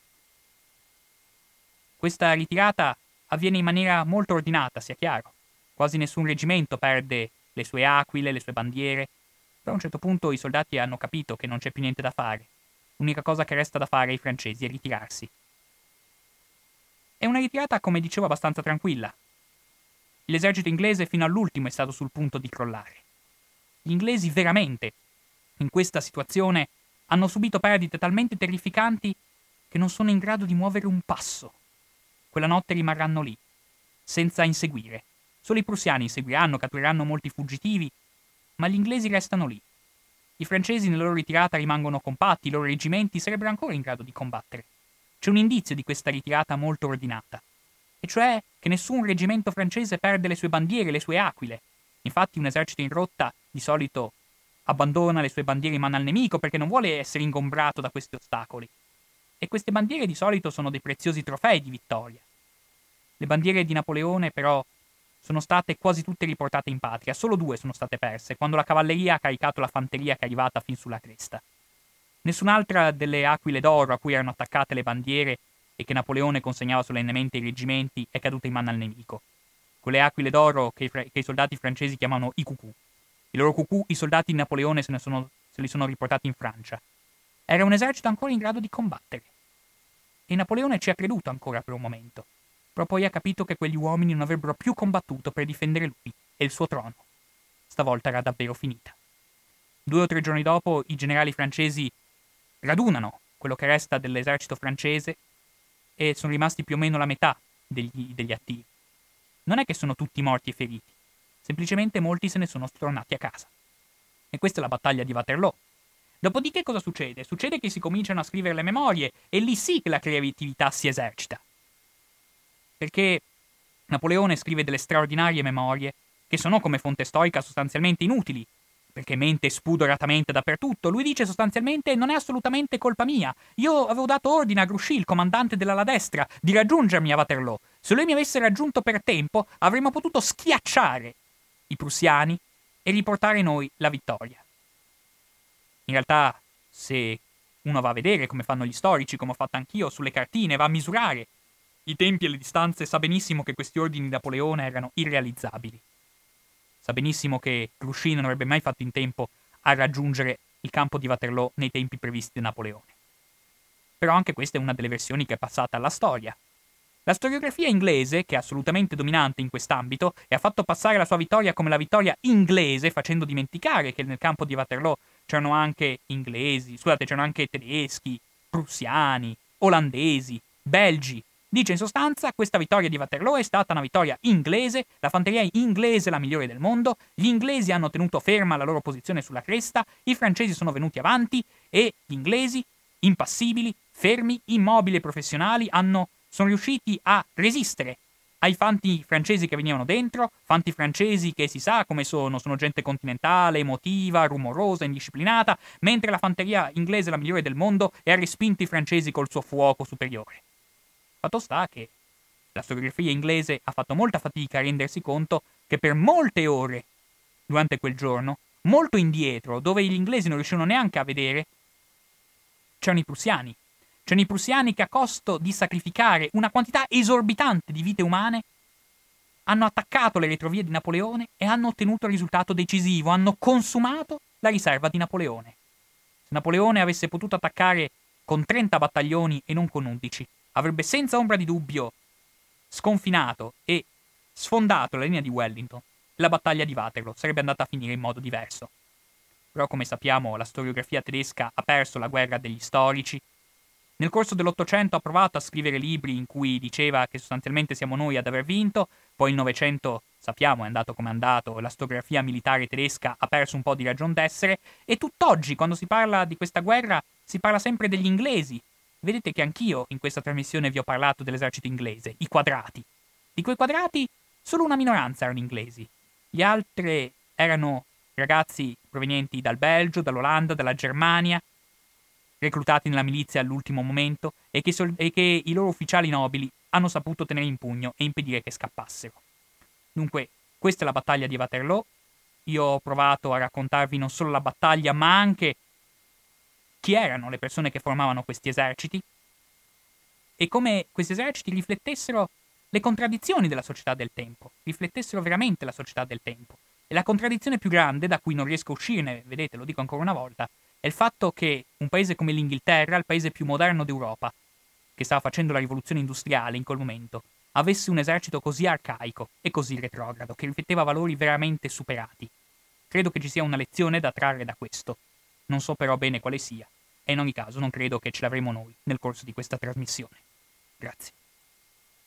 A: Questa ritirata avviene in maniera molto ordinata, sia chiaro. Quasi nessun reggimento perde le sue aquile, le sue bandiere. Però a un certo punto i soldati hanno capito che non c'è più niente da fare. L'unica cosa che resta da fare ai francesi è ritirarsi. È una ritirata, come dicevo, abbastanza tranquilla. L'esercito inglese fino all'ultimo è stato sul punto di crollare. Gli inglesi veramente, in questa situazione, hanno subito perdite talmente terrificanti che non sono in grado di muovere un passo. Quella notte rimarranno lì, senza inseguire. Solo i prussiani inseguiranno, cattureranno molti fuggitivi, ma gli inglesi restano lì. I francesi nella loro ritirata rimangono compatti, i loro reggimenti sarebbero ancora in grado di combattere. C'è un indizio di questa ritirata molto ordinata, e cioè che nessun reggimento francese perde le sue bandiere, le sue aquile. Infatti un esercito in rotta di solito abbandona le sue bandiere in mano al nemico perché non vuole essere ingombrato da questi ostacoli. E queste bandiere di solito sono dei preziosi trofei di vittoria. Le bandiere di Napoleone, però, sono state quasi tutte riportate in patria, solo due sono state perse, quando la cavalleria ha caricato la fanteria che è arrivata fin sulla cresta. Nessun'altra delle aquile d'oro a cui erano attaccate le bandiere e che Napoleone consegnava solennemente ai reggimenti è caduta in mano al nemico. Quelle aquile d'oro che i, fra- che i soldati francesi chiamano i cucù. I loro cucù i soldati di Napoleone se, ne sono, se li sono riportati in Francia. Era un esercito ancora in grado di combattere. E Napoleone ci ha creduto ancora per un momento. Però poi ha capito che quegli uomini non avrebbero più combattuto per difendere lui e il suo trono. Stavolta era davvero finita. Due o tre giorni dopo i generali francesi radunano quello che resta dell'esercito francese e sono rimasti più o meno la metà degli, degli attivi. Non è che sono tutti morti e feriti, semplicemente molti se ne sono tornati a casa. E questa è la battaglia di Waterloo. Dopodiché cosa succede? Succede che si cominciano a scrivere le memorie e lì sì che la creatività si esercita. Perché Napoleone scrive delle straordinarie memorie che sono come fonte storica sostanzialmente inutili, perché mente spudoratamente dappertutto. Lui dice sostanzialmente non è assolutamente colpa mia. Io avevo dato ordine a Grouchy, il comandante dell'ala destra, di raggiungermi a Waterloo. Se lui mi avesse raggiunto per tempo, avremmo potuto schiacciare i prussiani e riportare noi la vittoria. In realtà, se uno va a vedere come fanno gli storici, come ho fatto anch'io, sulle cartine, va a misurare i tempi e le distanze, sa benissimo che questi ordini di Napoleone erano irrealizzabili. Sa benissimo che Grouchy non avrebbe mai fatto in tempo a raggiungere il campo di Waterloo nei tempi previsti da Napoleone. Però anche questa è una delle versioni che è passata alla storia. La storiografia inglese, che è assolutamente dominante in quest'ambito e ha fatto passare la sua vittoria come la vittoria inglese, facendo dimenticare che nel campo di Waterloo c'erano anche inglesi, scusate, c'erano anche tedeschi, prussiani, olandesi, belgi. Dice in sostanza, questa vittoria di Waterloo è stata una vittoria inglese, la fanteria inglese è la migliore del mondo, gli inglesi hanno tenuto ferma la loro posizione sulla cresta, i francesi sono venuti avanti e gli inglesi, impassibili, fermi, immobili e professionali, hanno, sono riusciti a resistere ai fanti francesi che venivano dentro, fanti francesi che si sa come sono, sono gente continentale, emotiva, rumorosa, indisciplinata, mentre la fanteria inglese è la migliore del mondo e ha respinto i francesi col suo fuoco superiore. Fatto sta che la storiografia inglese ha fatto molta fatica a rendersi conto che per molte ore durante quel giorno, molto indietro, dove gli inglesi non riuscivano neanche a vedere, c'erano i prussiani. C'erano i prussiani che a costo di sacrificare una quantità esorbitante di vite umane hanno attaccato le retrovie di Napoleone e hanno ottenuto il risultato decisivo, hanno consumato la riserva di Napoleone. Se Napoleone avesse potuto attaccare con trenta battaglioni e non con undici, avrebbe senza ombra di dubbio sconfinato e sfondato la linea di Wellington. La battaglia di Waterloo sarebbe andata a finire in modo diverso. Però, come sappiamo, la storiografia tedesca ha perso la guerra degli storici. Nel corso dell'Ottocento ha provato a scrivere libri in cui diceva che sostanzialmente siamo noi ad aver vinto, poi il Novecento, sappiamo, è andato come è andato, la storiografia militare tedesca ha perso un po' di ragion d'essere, e tutt'oggi, quando si parla di questa guerra, si parla sempre degli inglesi. Vedete che anch'io in questa trasmissione vi ho parlato dell'esercito inglese, i quadrati. Di quei quadrati solo una minoranza erano inglesi. Gli altri erano ragazzi provenienti dal Belgio, dall'Olanda, dalla Germania, reclutati nella milizia all'ultimo momento e che, sol- e che i loro ufficiali nobili hanno saputo tenere in pugno e impedire che scappassero. Dunque, questa è la battaglia di Waterloo. Io ho provato a raccontarvi non solo la battaglia, ma anche chi erano le persone che formavano questi eserciti e come questi eserciti riflettessero le contraddizioni della società del tempo, riflettessero veramente la società del tempo. E la contraddizione più grande, da cui non riesco a uscirne, vedete, lo dico ancora una volta, è il fatto che un paese come l'Inghilterra, il paese più moderno d'Europa, che stava facendo la rivoluzione industriale in quel momento, avesse un esercito così arcaico e così retrogrado, che rifletteva valori veramente superati. Credo che ci sia una lezione da trarre da questo. Non so però bene quale sia, e in ogni caso non credo che ce l'avremo noi nel corso di questa trasmissione. Grazie.